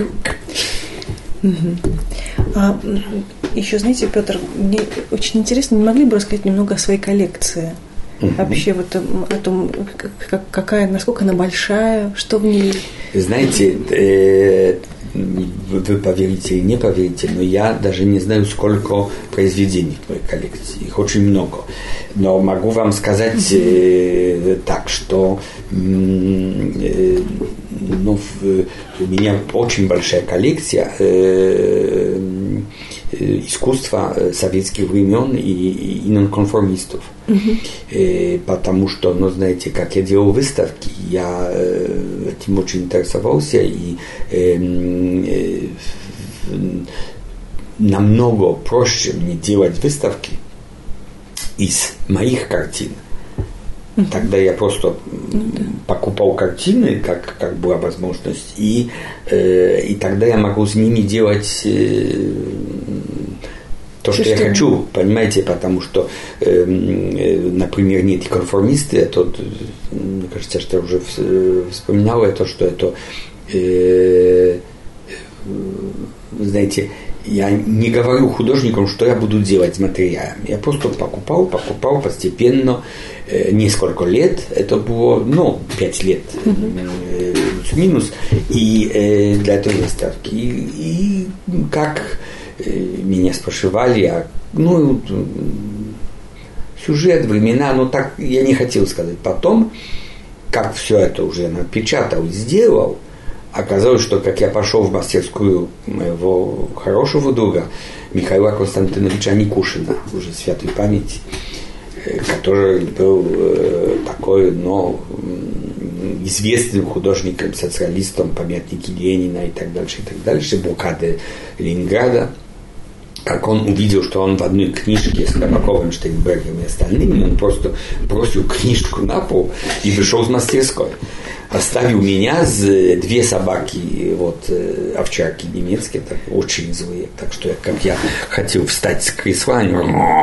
А еще, знаете, Петр, мне очень интересно, не могли бы рассказать немного о своей коллекции? Вообще вот о том, какая, насколько она большая, что в ней? Знаете, вы поверите или не поверите, но я даже не знаю, сколько произведений в моей коллекции. Их очень много. Но могу вам сказать mm-hmm. э, так, что э, ну, в, у меня очень большая коллекция э, э, искусства советских времен и, и, и нонконформистов. Mm-hmm. Э, потому что, ну, знаете, как я делал выставки, я э, этим очень интересовался, и э, э, намного проще мне делать выставки из моих картин. Mm-hmm. Тогда я просто mm-hmm. покупал картины, как, как была возможность, и, э, и тогда я могу с ними делать э, то, что, что я хочу, понимаете, потому что, э, э, например, не эти конформисты, это, мне кажется, что я уже вспоминал это, что это, э, знаете, я не говорю художникам, что я буду делать с материалами. Я просто покупал, покупал постепенно, э, несколько лет. Это было, ну, пять лет, э, минус, и э, для этой выставки. И, и как э, меня спрашивали, а, ну, сюжет, времена, ну, так я не хотел сказать. Потом, как все это уже напечатал и сделал, оказалось, что как я пошел в мастерскую моего хорошего друга Михаила Константиновича Никушина, уже святой памяти, который был такой, ну, известным художником, социалистом, памятники Ленина и так дальше, и так дальше, блокады Ленинграда. Как он увидел, что он в одной книжке с Кабаковым, Штейнбергом и остальными, он просто бросил книжку на пол и вышел с мастерской. Оставил меня с две собаки, вот, овчарки немецкие, так, очень злые. Так что, как я хотел встать с кресла, они...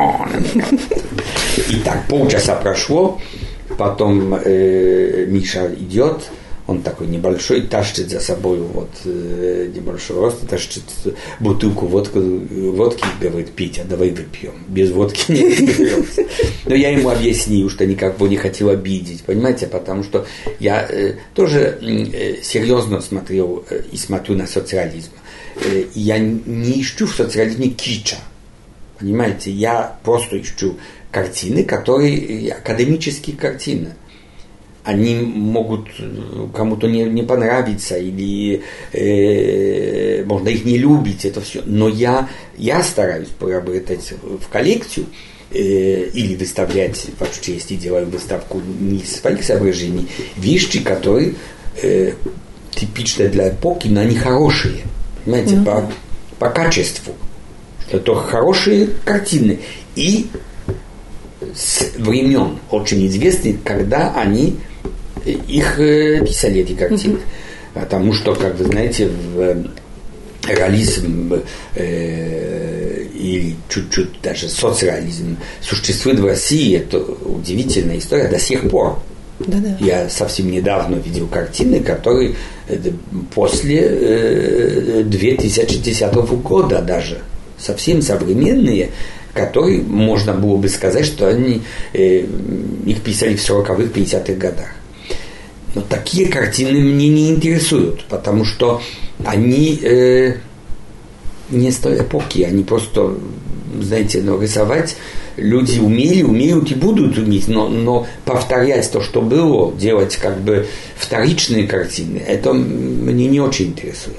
И так полчаса прошло, потом э, Миша идет, он такой небольшой, тащит за собой вот э, небольшой рост, тащит бутылку водки, водки, говорит, Петя, давай выпьем. Без водки не разберемся. Но я ему объяснил, что никого не хотел обидеть, понимаете, потому что я э, тоже э, серьезно смотрел э, и смотрю на социализм. Э, я не ищу в социализме кича, понимаете, я просто ищу картины, которые академические картины. Они могут кому-то не, не понравиться, или э, можно их не любить, это все. Но я, я стараюсь приобретать в коллекцию э, или выставлять, вообще, если делаю выставку не из своих соображений, вещи, которые э, типичны для эпохи, но они хорошие, понимаете, mm-hmm. по, по качеству. Что это хорошие картины. И с времен очень известны, когда они их э, писали, эти картины. Mm-hmm. Потому что, как вы знаете, в реализм э, или чуть-чуть даже соцреализм существует в России. Это удивительная история до сих пор. Да-да. Я совсем недавно видел картины, которые после э, две тысячи десятого года даже, совсем современные, которые можно было бы сказать, что они э, их писали в сороковых, пятидесятых годах. Но такие картины меня не интересуют, потому что они э, не с той эпохи, они просто знаете, ну, рисовать люди умели, умеют и будут уметь, но, но повторять то, что было, делать как бы вторичные картины, это мне не очень интересует.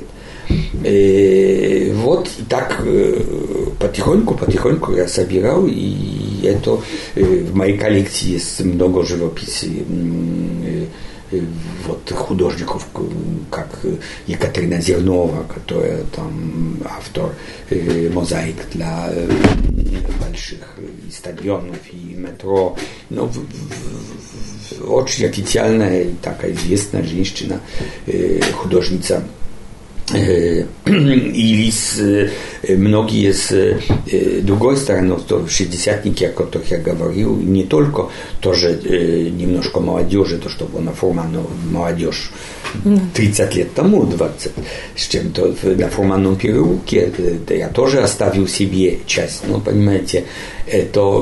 И вот так потихоньку, потихоньку я собирал, и это в моей коллекции есть много живописи вот художников, как Екатерина Зернова, которая там автор э, мозаик для э, больших и стадионов, и метро. Ну, в, в, очень официальная и такая известная женщина, э, художница. Или с, многие с другой стороны, то шестидесятники, о которых я говорил, не только тоже немножко молодежи, то, что была формально молодежь тридцать лет тому, двадцать с чем-то на Фурманном переулке, я тоже оставил себе часть, но понимаете, это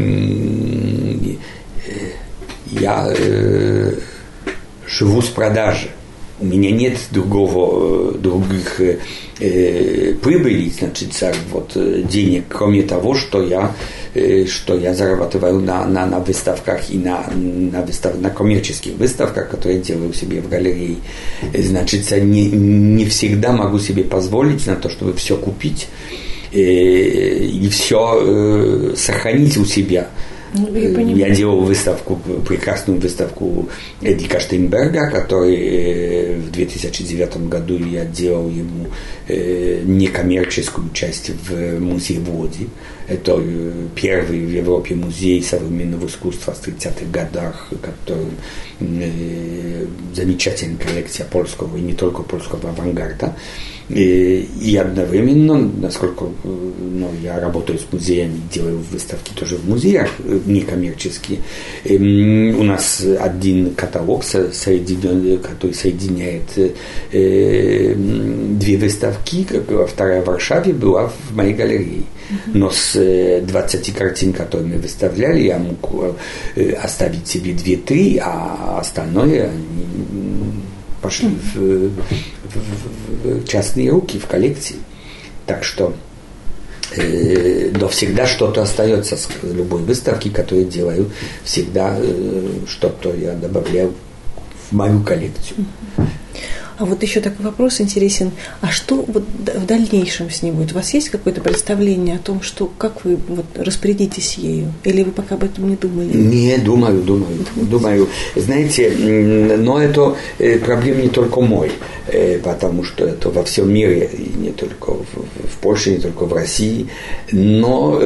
я живу с продажи. У меня нет другого, других э, прибылей, значит, вот, денег, кроме того, что я, э, что я зарабатываю на, на, на выставках и на, на, выстав, на коммерческих выставках, которые я делаю себе в галерее. Значит, не, не всегда могу себе позволить на то, чтобы все купить э, и все э, сохранить у себя. Я делал выставку, прекрасную выставку Эдика Штейнберга, который в две тысячи девятом году я делал ему некоммерческую часть в музее в Лодзи. Это первый в Европе музей современного искусства в тридцатых годах, который замечательная коллекция польского и не только польского авангарда. И, и одновременно, насколько ну, я работаю с музеями, делаю выставки тоже в музеях некоммерческие, у нас один каталог, который соединяет э, две выставки, вторая в Варшаве была в моей галерее. Но с двадцати картин, которые мы выставляли, я мог оставить себе две-три, а остальное пошли в, в, в, в частные руки, в коллекции. Так что э, но всегда что-то остается с любой выставки, которую я делаю, всегда э, что-то я добавляю в мою коллекцию. А вот еще такой вопрос интересен. А что вот в дальнейшем с ней будет? У вас есть какое-то представление о том, что, как вы вот распорядитесь ею? Или вы пока об этом не думали? Не, думаю, думаю, думаю. Знаете, но это проблема не только мой, потому что это во всем мире, и не только в Польше, не только в России. Но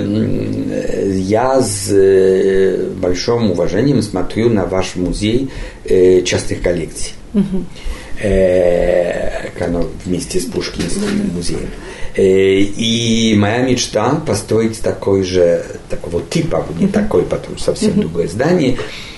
я с большим уважением смотрю на ваш музей частных коллекций. Угу. Вместе с Пушкинским музеем. И моя мечта построить такой же, такого типа, не uh-huh. такой, потому что совсем uh-huh. другое здание,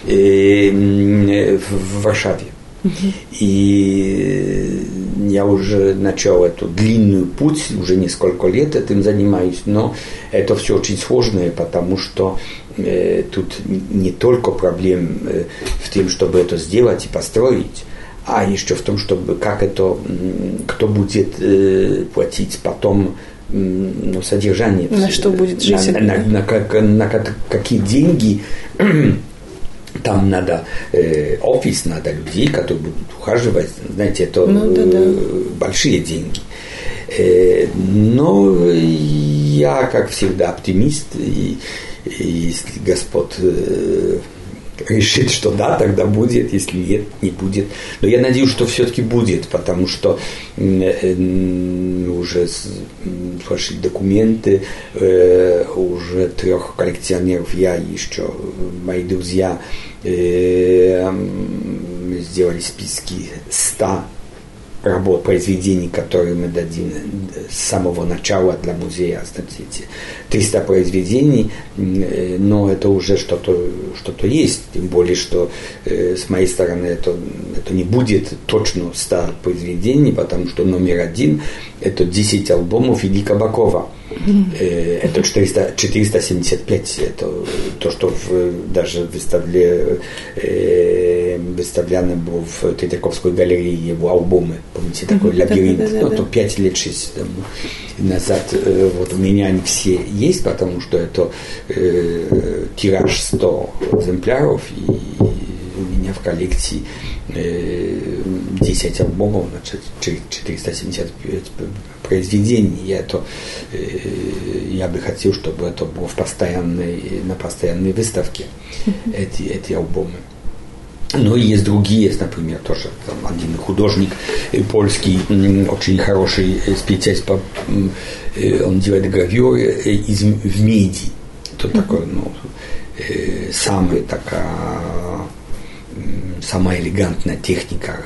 в Варшаве. Uh-huh. И я уже начал эту длинную путь, уже несколько лет этим занимаюсь, но это все очень сложное, потому что э, тут не только проблем э, в том, чтобы это сделать и построить, а еще в том, чтобы как это, кто будет э, платить потом ну, содержание. На что будет жить? На, на, на, на, на какие деньги там надо э, офис, надо людей, которые будут ухаживать. Знаете, это ну, да, да. большие деньги. Э, но я, как всегда, оптимист. И, и если Господь э, решит, что да, тогда будет, если нет, не будет. Но я надеюсь, что все-таки будет, потому что э, уже прошли документы, э, уже трех коллекционеров, я и еще мои друзья э, сделали списки ста работ, произведений, которые мы дадим с самого начала для музея. Смотрите, триста произведений, но это уже что-то, что-то есть. Тем более, что э, с моей стороны это, это не будет точно ста произведений, потому что номер один – это десять альбомов Ильи Кабакова. Э, это четыреста, четыреста семьдесят пять. Это то, что в, даже выставляли э, выставляны был в Третьяковской галерее его альбомы, помните, такой лабиринт, да, да, да, ну, да. То пять лет, шесть там, назад, вот у меня они все есть, потому что это э, тираж сто экземпляров, и у меня в коллекции десять альбомов, значит, четыреста семьдесят пять произведений. Я, это, я бы хотел, чтобы это было в постоянной, на постоянной выставке, эти, эти альбомы. Но есть другие, есть, например, тоже там, один художник польский, очень хороший специалист, он делает гравюры из, в меди. Это такой, ну, самый такая самая элегантная техника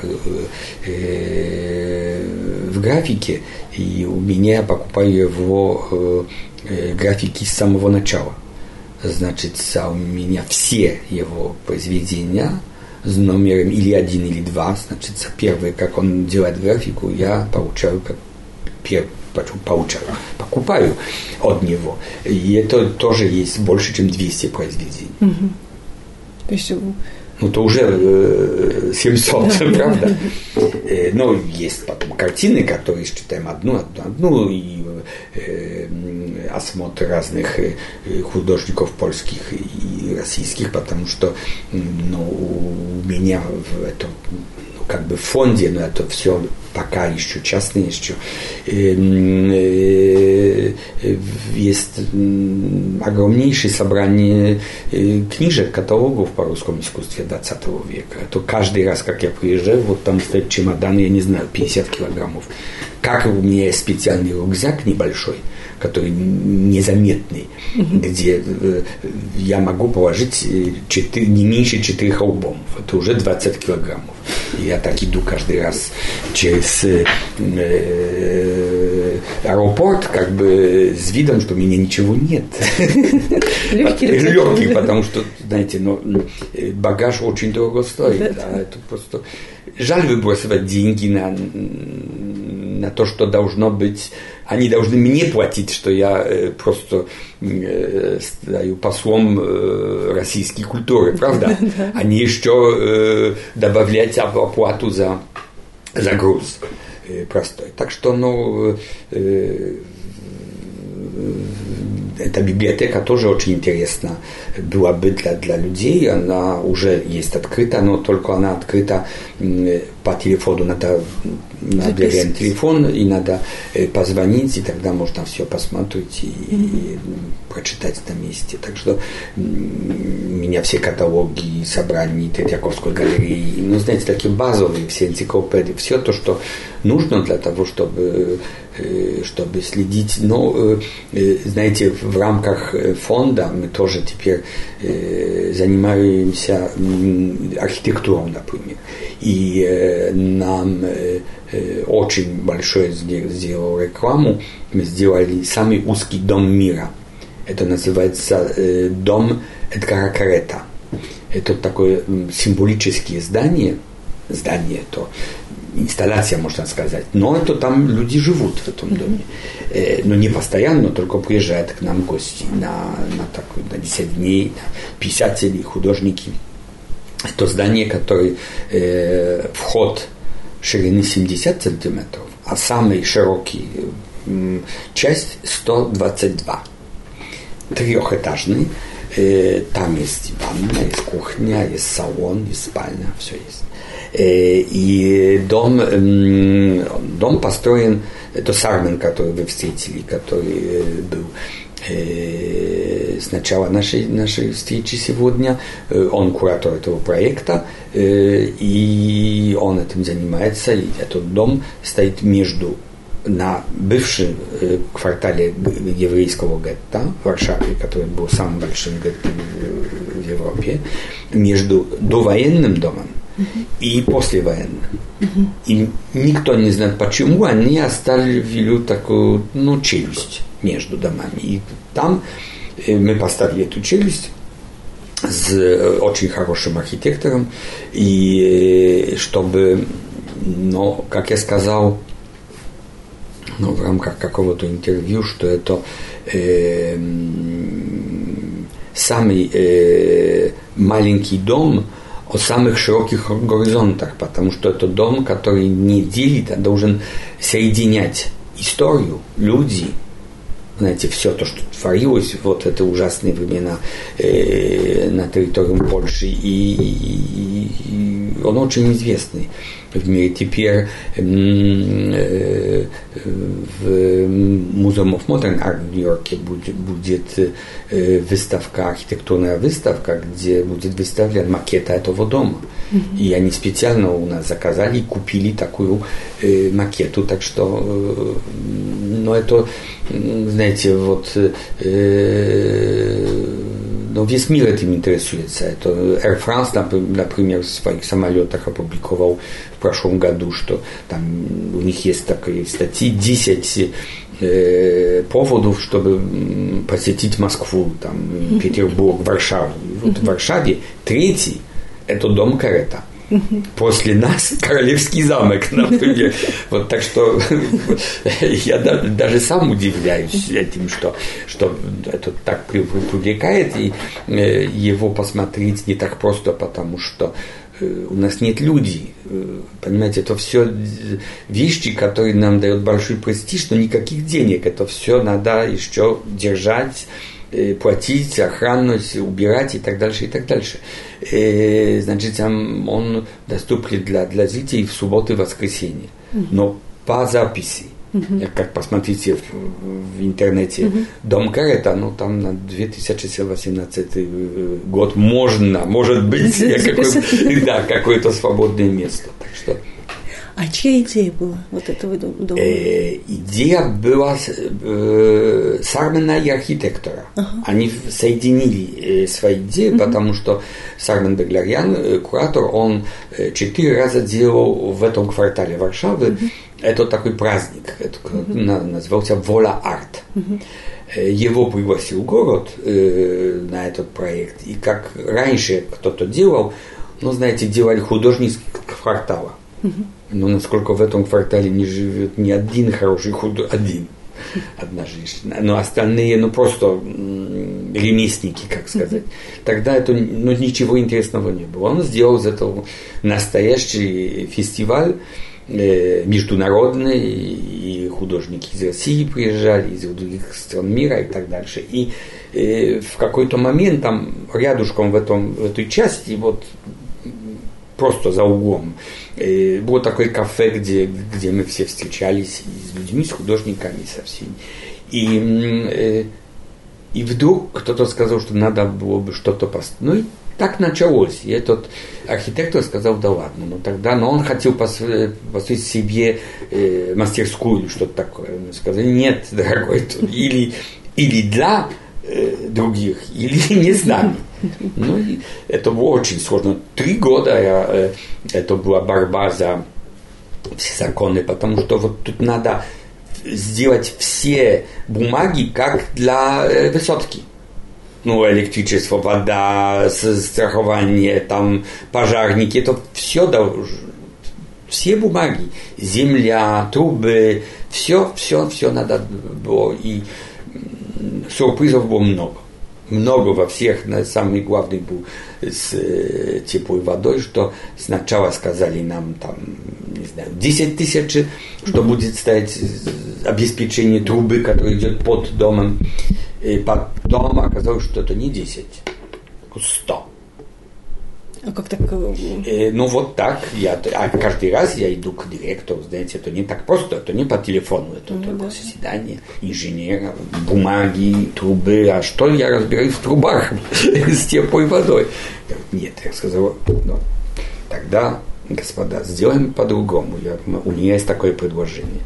в графике, и у меня я покупаю его графики с самого начала. Значит, у меня все его произведения с номером или один, или два, значит, первый, как он делает графику, я получаю как первый. Получаю, покупаю от него. И это тоже есть больше, чем двести произведений. Угу. То есть ну, то уже э, семьсот, правда? Э, но есть потом картины, которые считаем одну, одну, одну, и э, осмотр разных э, художников польских и российских, потому что ну, у меня в этом, ну, как бы в фонде, но это все пока еще частные, еще э, э, есть огромнейшее собрание э, книжек, каталогов по русскому искусству двадцатого века. Это каждый раз, как я приезжаю, вот там стоит чемодан, я не знаю, пятьдесят килограммов. Как у меня есть специальный рюкзак небольшой, который незаметный, mm-hmm. где э, я могу положить четыре, не меньше четырех альбомов. Это уже двадцать килограммов. И я так иду каждый раз через э, э, аэропорт, как бы с видом, что у меня ничего нет. Легкий, Легкий, потому что, знаете, ну, багаж очень дорого стоит. Да, это просто жаль выбрасывать деньги на, на то, что должно быть. Они должны мне платить, что я э, просто э, стою послом э, российской культуры, правда? А не еще э, добавлять оплату за, за груз э, простой. Так что, ну, э, эта библиотека тоже очень интересна была бы для, для людей. Она уже есть открыта, но только она открыта по телефону. Надо наберем телефон, и надо позвонить, и тогда можно все посмотреть и, mm-hmm. и прочитать на месте. Так что у меня все каталоги, собрания Третьяковской галереи, ну, знаете, такие базовые, все энциклопедии, все то, что нужно для того, чтобы чтобы следить. Но, знаете, в рамках фонда мы тоже теперь занимаемся архитектурой, например. И нам очень большое сделал рекламу. Мы сделали самый узкий дом мира. Это называется дом Эдгара Карета. Это такое символическое здание. Здание то инсталляция, можно сказать, но это там люди живут в этом доме, э, но не постоянно, только приезжают к нам гости на, на, такой, на десять дней, писатели, художники. Это здание, которое э, вход ширины семьдесят сантиметров, а самый широкий э, часть сто двадцать два. Трехэтажный. Э, там есть ванна, есть кухня, есть салон, есть спальня, все есть. И дом, дом построен, это Сармен, который вы встретили, который был с начала нашей, нашей встречи сегодня. Он куратор этого проекта, и он этим занимается. И этот дом стоит между на бывшем квартале еврейского гетто в Варшаве, который был самым большим гетто в Европе, между довоенным домом и послевоенным. Uh-huh. И никто не знает, почему они оставили такую, ну, челюсть между домами. И там мы поставили эту челюсть с очень хорошим архитектором, и чтобы, ну, как я сказал, ну, в рамках какого-то интервью, что это э, самый э, маленький дом, о самых широких горизонтах, потому что это дом, который не делит, а должен соединять историю, люди, знаете, все то, что творилось, вот это ужасные времена э, на территории Польши, и, и, и он очень известный в мире. Теперь э, э, в Museum of Modern Art в Нью-Йорке будет, будет э, выставка, архитектурная выставка, где будет выставлен макет этого дома. Mm-hmm. И они специально у нас заказали и купили такую э, макету, так что э, ну, это, знаете, вот э, но весь мир этим интересуется. Это Air France, например, в своих самолетах опубликовал в прошлом году, что там у них есть такие статьи, десять э, поводов, чтобы посетить Москву, там, mm-hmm. Петербург, Варшаву. И вот mm-hmm. в Варшаве третий – это дом Карета. После нас Королевский замок, например. Вот так что я даже сам удивляюсь этим, что, что это так привлекает, и его посмотреть не так просто, потому что у нас нет людей. Понимаете, это все вещи, которые нам дают большой престиж, но никаких денег. Это все надо еще держать, платить, охрану, убирать и так дальше, и так дальше. И, значит, он доступен для, для зрителей в субботу и воскресенье. Mm-hmm. Но по записи, mm-hmm. как посмотрите в, в интернете, mm-hmm. Дом Карета, ну там на две тысячи восемнадцатый год можно, может быть, какое, да, какое-то свободное место. Так что... А чья идея была вот этого дома? Э, идея была э, Сармена и архитектора. Ага. Они соединили э, свои идеи, угу. потому что Сармен Беглярян, э, куратор, он э, четыре раза делал в этом квартале Варшавы. Угу. Это такой праздник, это, угу. на, назывался Воля Арт. Угу. Э, его пригласил город э, на этот проект. И как раньше кто-то делал, ну, знаете, делали художники квартала. Угу. Но насколько в этом квартале не живет ни один хороший художник, один, одна женщина, но остальные, ну, просто м- ремесленники, как сказать. Тогда это, ну, ничего интересного не было. Он сделал из этого настоящий фестиваль э, международный, и художники из России приезжали, из других стран мира и так дальше. И э, в какой-то момент там рядышком в, этом, в этой части, вот просто за углом, э, было такое кафе, где, где мы все встречались и с людьми, с художниками, со всеми. И, э, и вдруг кто-то сказал, что надо было бы что-то поставить. Ну и так началось. И этот архитектор сказал, да ладно, ну тогда, но он хотел построить себе э, мастерскую или что-то такое. Мы сказали, нет, дорогой, или, или для э, других, или не с нами. Ну, и это было очень сложно. Три года я, э, это была борьба за все законы, потому что вот тут надо сделать все бумаги, как для э, Высоцки. Ну, электричество, вода, страхование, там, пожарники, это все должно, все бумаги, земля, трубы, все, все, все надо было, и сюрпризов было много. Много во всех, самый главный был с э, теплой водой, что сначала сказали нам там, не знаю, десять тысяч, что будет стоять обеспечение трубы, которая идет под домом. И потом оказалось, что это не десять, а сто. А как так? Э, ну вот так, я, а каждый раз я иду к директору, знаете, это не так просто, это не по телефону, это ну, только да. заседание инженера, бумаги, трубы, а что я разбираюсь в трубах с теплой водой? Я говорю, нет, я сказал, ну, тогда, господа, сделаем по-другому, я, у меня есть такое предложение.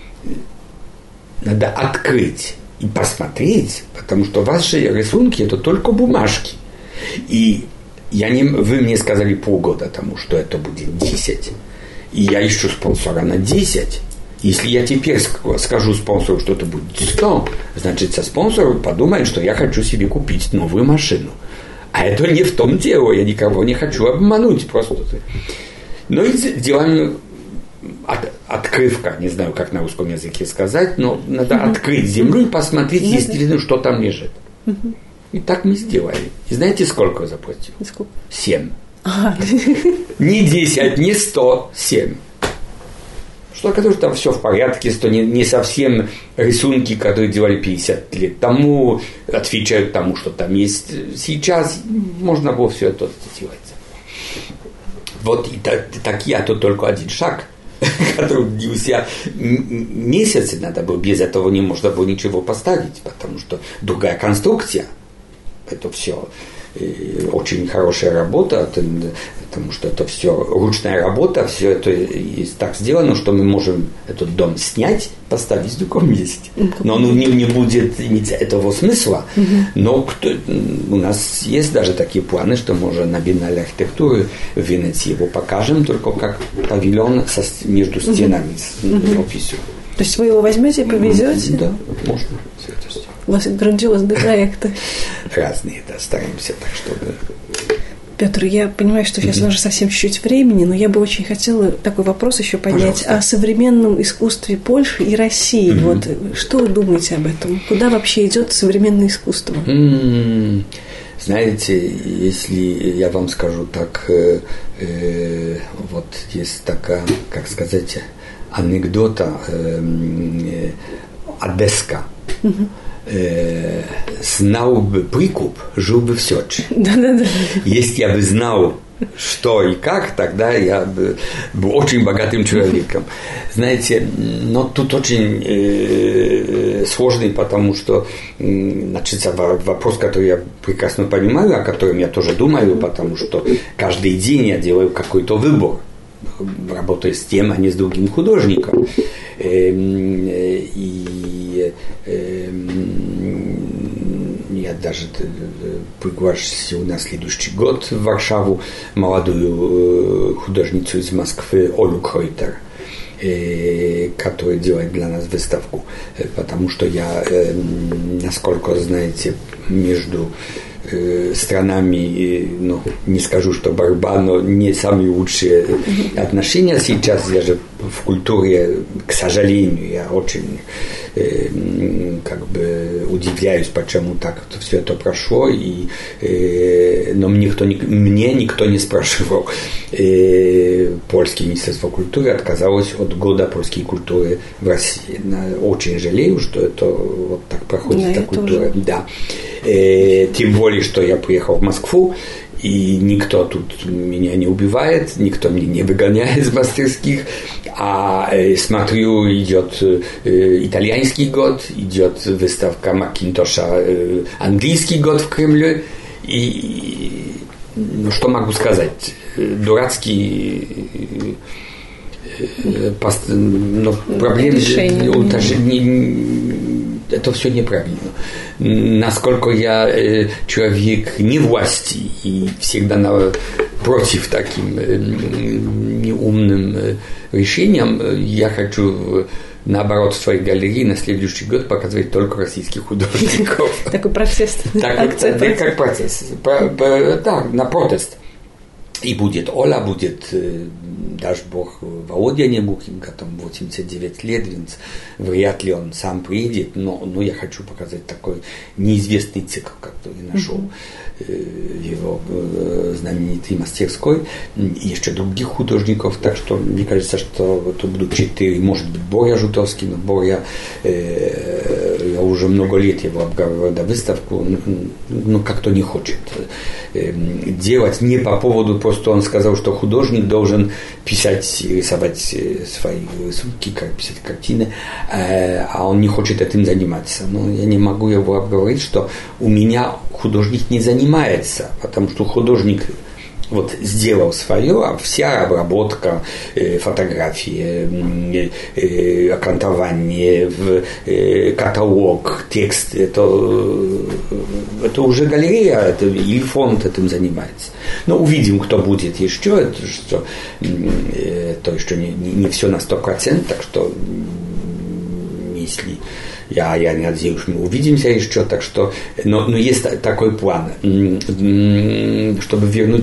Надо открыть и посмотреть, потому что ваши рисунки это только бумажки. И Я не, вы мне сказали полгода тому, что это будет десять. И я ищу спонсора на десять. Если я теперь скажу спонсору, что это будет сто, значит, спонсор подумает, что я хочу себе купить новую машину. А это не в том дело. Я никого не хочу обмануть просто. Ну и делаем от, открывка. Не знаю, как на русском языке сказать, но надо mm-hmm. открыть землю и посмотреть, mm-hmm. действительно, что там лежит. Mm-hmm. И так мы сделали. И знаете, сколько я заплатил? Сколько? Семь. А. Не десять, не сто, семь. Что оказывается, там все в порядке, что не, не совсем рисунки, которые делали пятьдесят лет тому, отвечают тому, что там есть. Сейчас можно было все это делать. Вот и так, так я, то только один шаг, который длился месяцы надо было, без этого не можно было ничего поставить, потому что другая конструкция, это все очень хорошая работа, потому что это все ручная работа, все это так сделано, что мы можем этот дом снять, поставить в другом месте. Но он не, не будет этого смысла. Но кто, у нас есть даже такие планы, что можно на биеннале архитектуры в Венеции его покажем, только как павильон со, между стенами с офисом. То есть вы его возьмете и повезете? Да, можно все это сделать. У вас грандиозные проекты. Разные, да, стараемся так, чтобы... Петр, я понимаю, что сейчас mm-hmm. уже совсем чуть-чуть времени, но я бы очень хотела такой вопрос еще поднять. Пожалуйста. О современном искусстве Польши и России. Mm-hmm. Вот что вы думаете об этом? Куда вообще идет современное искусство? Mm-hmm. Знаете, если я вам скажу так, э, э, вот есть такая, как сказать, анекдота э, э, Одеска. Mm-hmm. Э, знал бы прикуп, жил бы в Сочи. Да-да-да. Если я бы знал, что и как, тогда я бы был очень богатым человеком. Знаете, но тут очень э, сложный, потому что э, значит, вопрос, который я прекрасно понимаю, о котором я тоже думаю, потому что каждый день я делаю какой-то выбор, работая с тем, а не с другим художником. И я даже пригласил на следующий год в Варшаву молодую художницу из Москвы Олю Кройтер, которая делает для нас выставку, потому что я, насколько знаете, между странами, ну, не скажу, что борьба, но не самые лучшие отношения сейчас. Я же в культуре, к сожалению, я очень э, как бы удивляюсь, почему так все это прошло, и, э, но мне никто, мне никто не спрашивал. Э, Польское министерство культуры отказалось от года польской культуры в России. Очень жалею, что это вот так проходит, да, эта культура. Да. Э, тем более, что я приехал в Москву, и никто тут меня не убивает, никто меня не выгоняет из мастерских, а э, смотрю, идет э, итальянский год, идет выставка Макинтоша, э, английский год в Кремле, и ну, что могу сказать, дурацкий э, пост, но проблемы, это все неправильно. Насколько я э, человек не власти и всегда на, против таким э, неумным э, решениям, я хочу наоборот в своей галерее на следующий год показывать только российских художников. Такой протест. Так, как протест. Да, на протест. И будет Оля, будет, даст Бог, Володя Небухин, которому восемьдесят девять лет, вряд ли он сам приедет, но, но я хочу показать такой неизвестный цикл, который нашел в его знаменитой мастерской, и еще других художников, так что мне кажется, что это будут четыре, может быть, Боря Жутовский, но Боря, э, я уже много лет его обговаривал до выставку, но как-то не хочет э, делать не по поводу. Просто он сказал, что художник должен писать, рисовать свои рисунки, как писать картины, а он не хочет этим заниматься. Но я не могу его обговорить, что у меня художник не занимается, потому что художник вот сделал свое, а вся обработка, э, фотографии, э, э, окантование, э, каталог, текст, это, это уже галерея, это, или фонд этим занимается. Но увидим, кто будет еще, это, что, э, это еще не, не, не все на сто процентов, так что если Я, я не надеюсь, мы увидимся еще, так что, но, но есть такой план, чтобы вернуть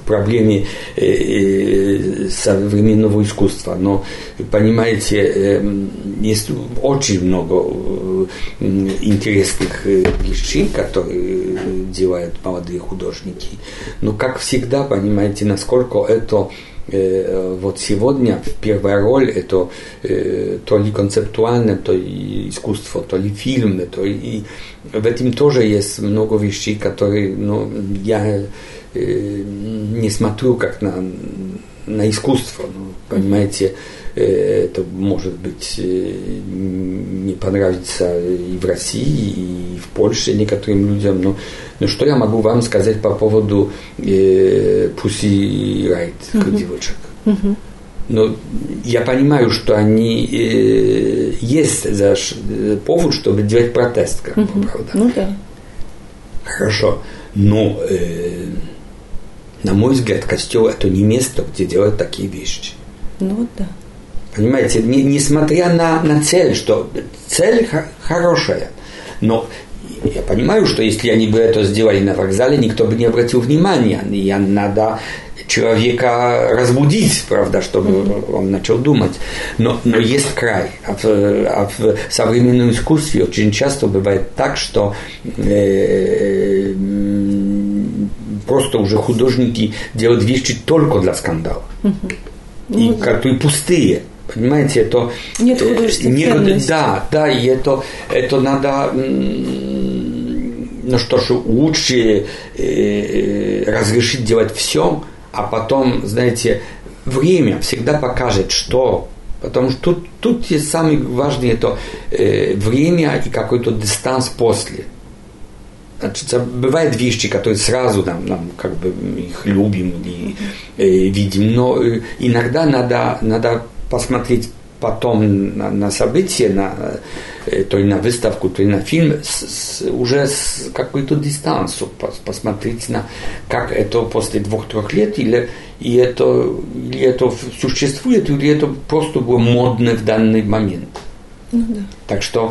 проблеме современного искусства. Но, понимаете, есть очень много интересных вещей, которые делают молодые художники. Но, как всегда, понимаете, насколько это вот сегодня первая роль это э, то ли концептуальное, то ли искусство, то ли фильм, то и в этом тоже есть много вещей, которые, ну, я э, не смотрю как на, на искусство, ну, понимаете, э, это может быть э, не понравится и в России, и в Польше некоторым людям, но, но что я могу вам сказать по поводу э, Pussy Riot, uh-huh. девочек? Uh-huh. Но я понимаю, что они э, есть за ш, повод, чтобы делать протест, как uh-huh. бы, правда? Ну да. Хорошо, но э, на мой взгляд, костел это не место, где делают такие вещи. Ну да. Понимаете, не, несмотря на, на цель, что цель х- хорошая, но я понимаю, что если они бы это сделали на вокзале, никто бы не обратил внимания. И надо человека разбудить, правда, чтобы mm-hmm. он начал думать. Но, но есть край. А в, а в современном искусстве очень часто бывает так, что э, просто уже художники делают вещи только для скандала. Mm-hmm. И mm-hmm. которые пустые. Понимаете, это... Нет художественной ценности. Да, да, и это, это надо... Ну что ж, лучше э, разрешить делать все, а потом, знаете, время всегда покажет, что... Потому что тут, тут есть самое важное, это э, время и какой-то дистанс после. Значит, бывают вещи, которые сразу нам, нам как бы их любим или э, видим, но э, иногда надо, надо посмотреть потом на, на события, на, то ли на выставку, то ли на фильм, с, с, уже с какой-то дистанцию, пос, посмотреть на, как это после двух-трех лет, или, и это, или это существует, или это просто было модно в данный момент. Ну, да. Так что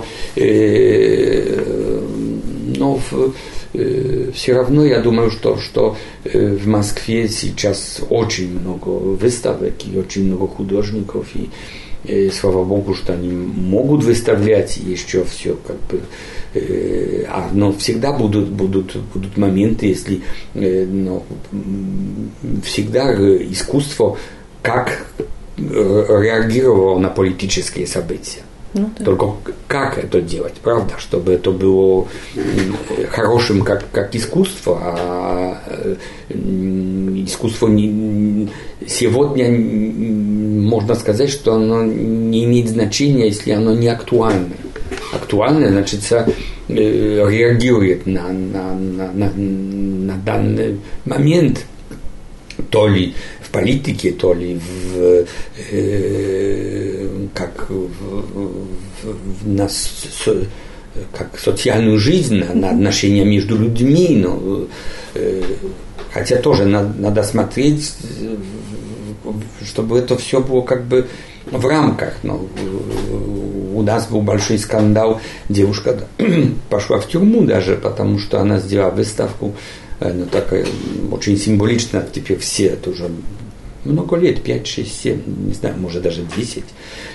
э, но в, э, все равно я думаю, что, что э, в Москве сейчас очень много выставок и очень много художников, и э, слава Богу, что они могут выставлять еще все как бы. Э, а, но всегда будут, будут, будут моменты, если э, но, всегда искусство как реагировало на политические события. Ну, да. Только как это делать, правда, чтобы это было хорошим как, как искусство, а искусство не, сегодня можно сказать, что оно не имеет значения, если оно не актуальное. Актуальное, значит, реагирует на, на, на, на, на данный момент, то ли в политике, то ли в, э, как в, в, в нас, со, как социальную жизнь, на, на отношения между людьми, но, э, хотя тоже надо, надо смотреть, чтобы это все было как бы в рамках. Но у нас был большой скандал, девушка пошла в тюрьму даже, потому что она сделала выставку. Ну, так очень символично, теперь все, это уже много лет, пять, шесть, семь, не знаю, может даже десять.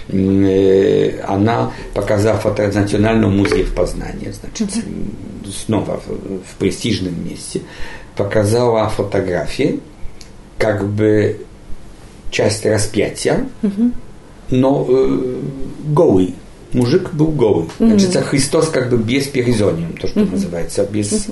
Она показала в Национальном музее в Познании, значит, uh-huh. снова в, в престижном месте, показала фотографии, как бы часть распятия, uh-huh. но э, голый. Мужик был голый. Значит, uh-huh. Христос как бы без перезониум, то, что uh-huh. называется, без... Uh-huh.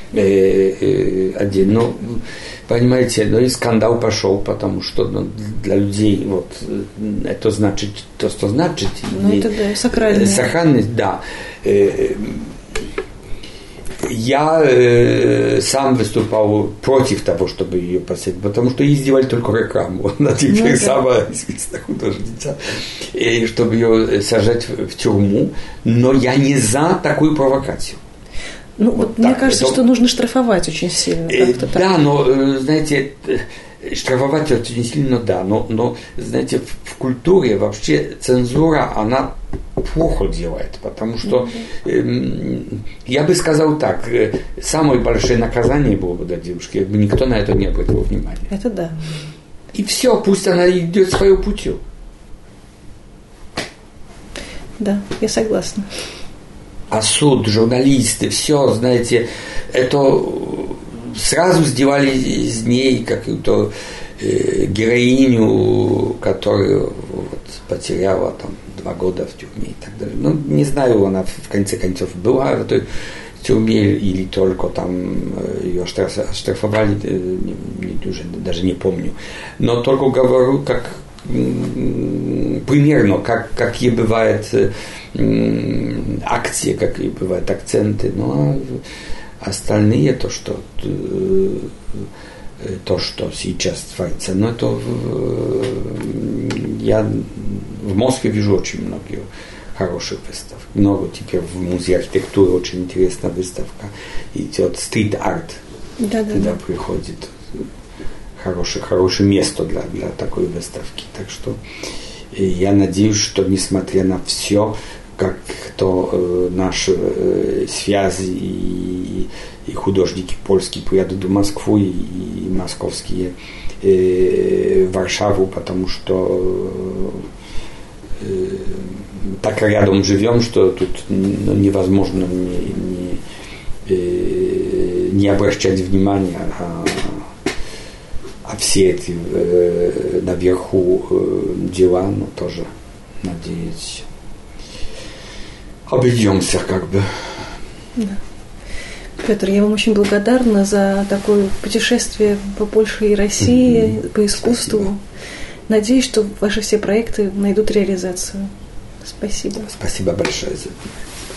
один, но понимаете, ну и скандал пошел, потому что ну, для людей вот это значит то, что значит. Ну это да, сакральное. Сакральность, да. Я э, сам выступал против того, чтобы ее посадить, потому что ей сделали только рекламу. Она теперь ну, самая да. известная художница. И чтобы ее сажать в, в тюрьму. Но я не за такую провокацию. Ну, вот, вот мне кажется, это... что нужно штрафовать очень сильно. Э, да, но, знаете, штрафовать очень сильно, да, но, но, знаете, в, в культуре вообще цензура, она плохо делает, потому что э, я бы сказал так, э, самое большое наказание было бы для девушки, если бы никто на это не обратил внимания. Это да. И все, пусть она идет своим путем. Да, я согласна. А суд, журналисты, все, знаете, это сразу сделали из ней какую-то э, героиню, которую вот, потеряла там два года в тюрьме и так далее. Ну, не знаю, она в конце концов была в этой тюрьме или только там ее штрафовали, не, не, уже даже не помню. Но только говорю, как примерно, как, как и бывает акции, как и бывают акценты. Ну, а остальные, то, что то, что сейчас творится, но это я в Москве вижу очень многие хороших выставок. Много теперь в музее архитектуры очень интересная выставка идет, стрит-арт, да, да, туда да. приходит хорошее, хорошее место для, для такой выставки. Так что я надеюсь, что несмотря на все, как то э, наши э, связи и, и художники польские приедут в Москву, и, и московские э, в Варшаву, потому что э, так рядом живем, что тут ну, невозможно не, не, э, не обращать внимания, а, а все эти э, наверху э, дела, ну, тоже, надеюсь, обойдемся как бы. Да. Петр, я вам очень благодарна за такое путешествие по Польше и России, mm-hmm. по искусству. Спасибо. Надеюсь, что ваши все проекты найдут реализацию. Спасибо. Спасибо большое за внимание.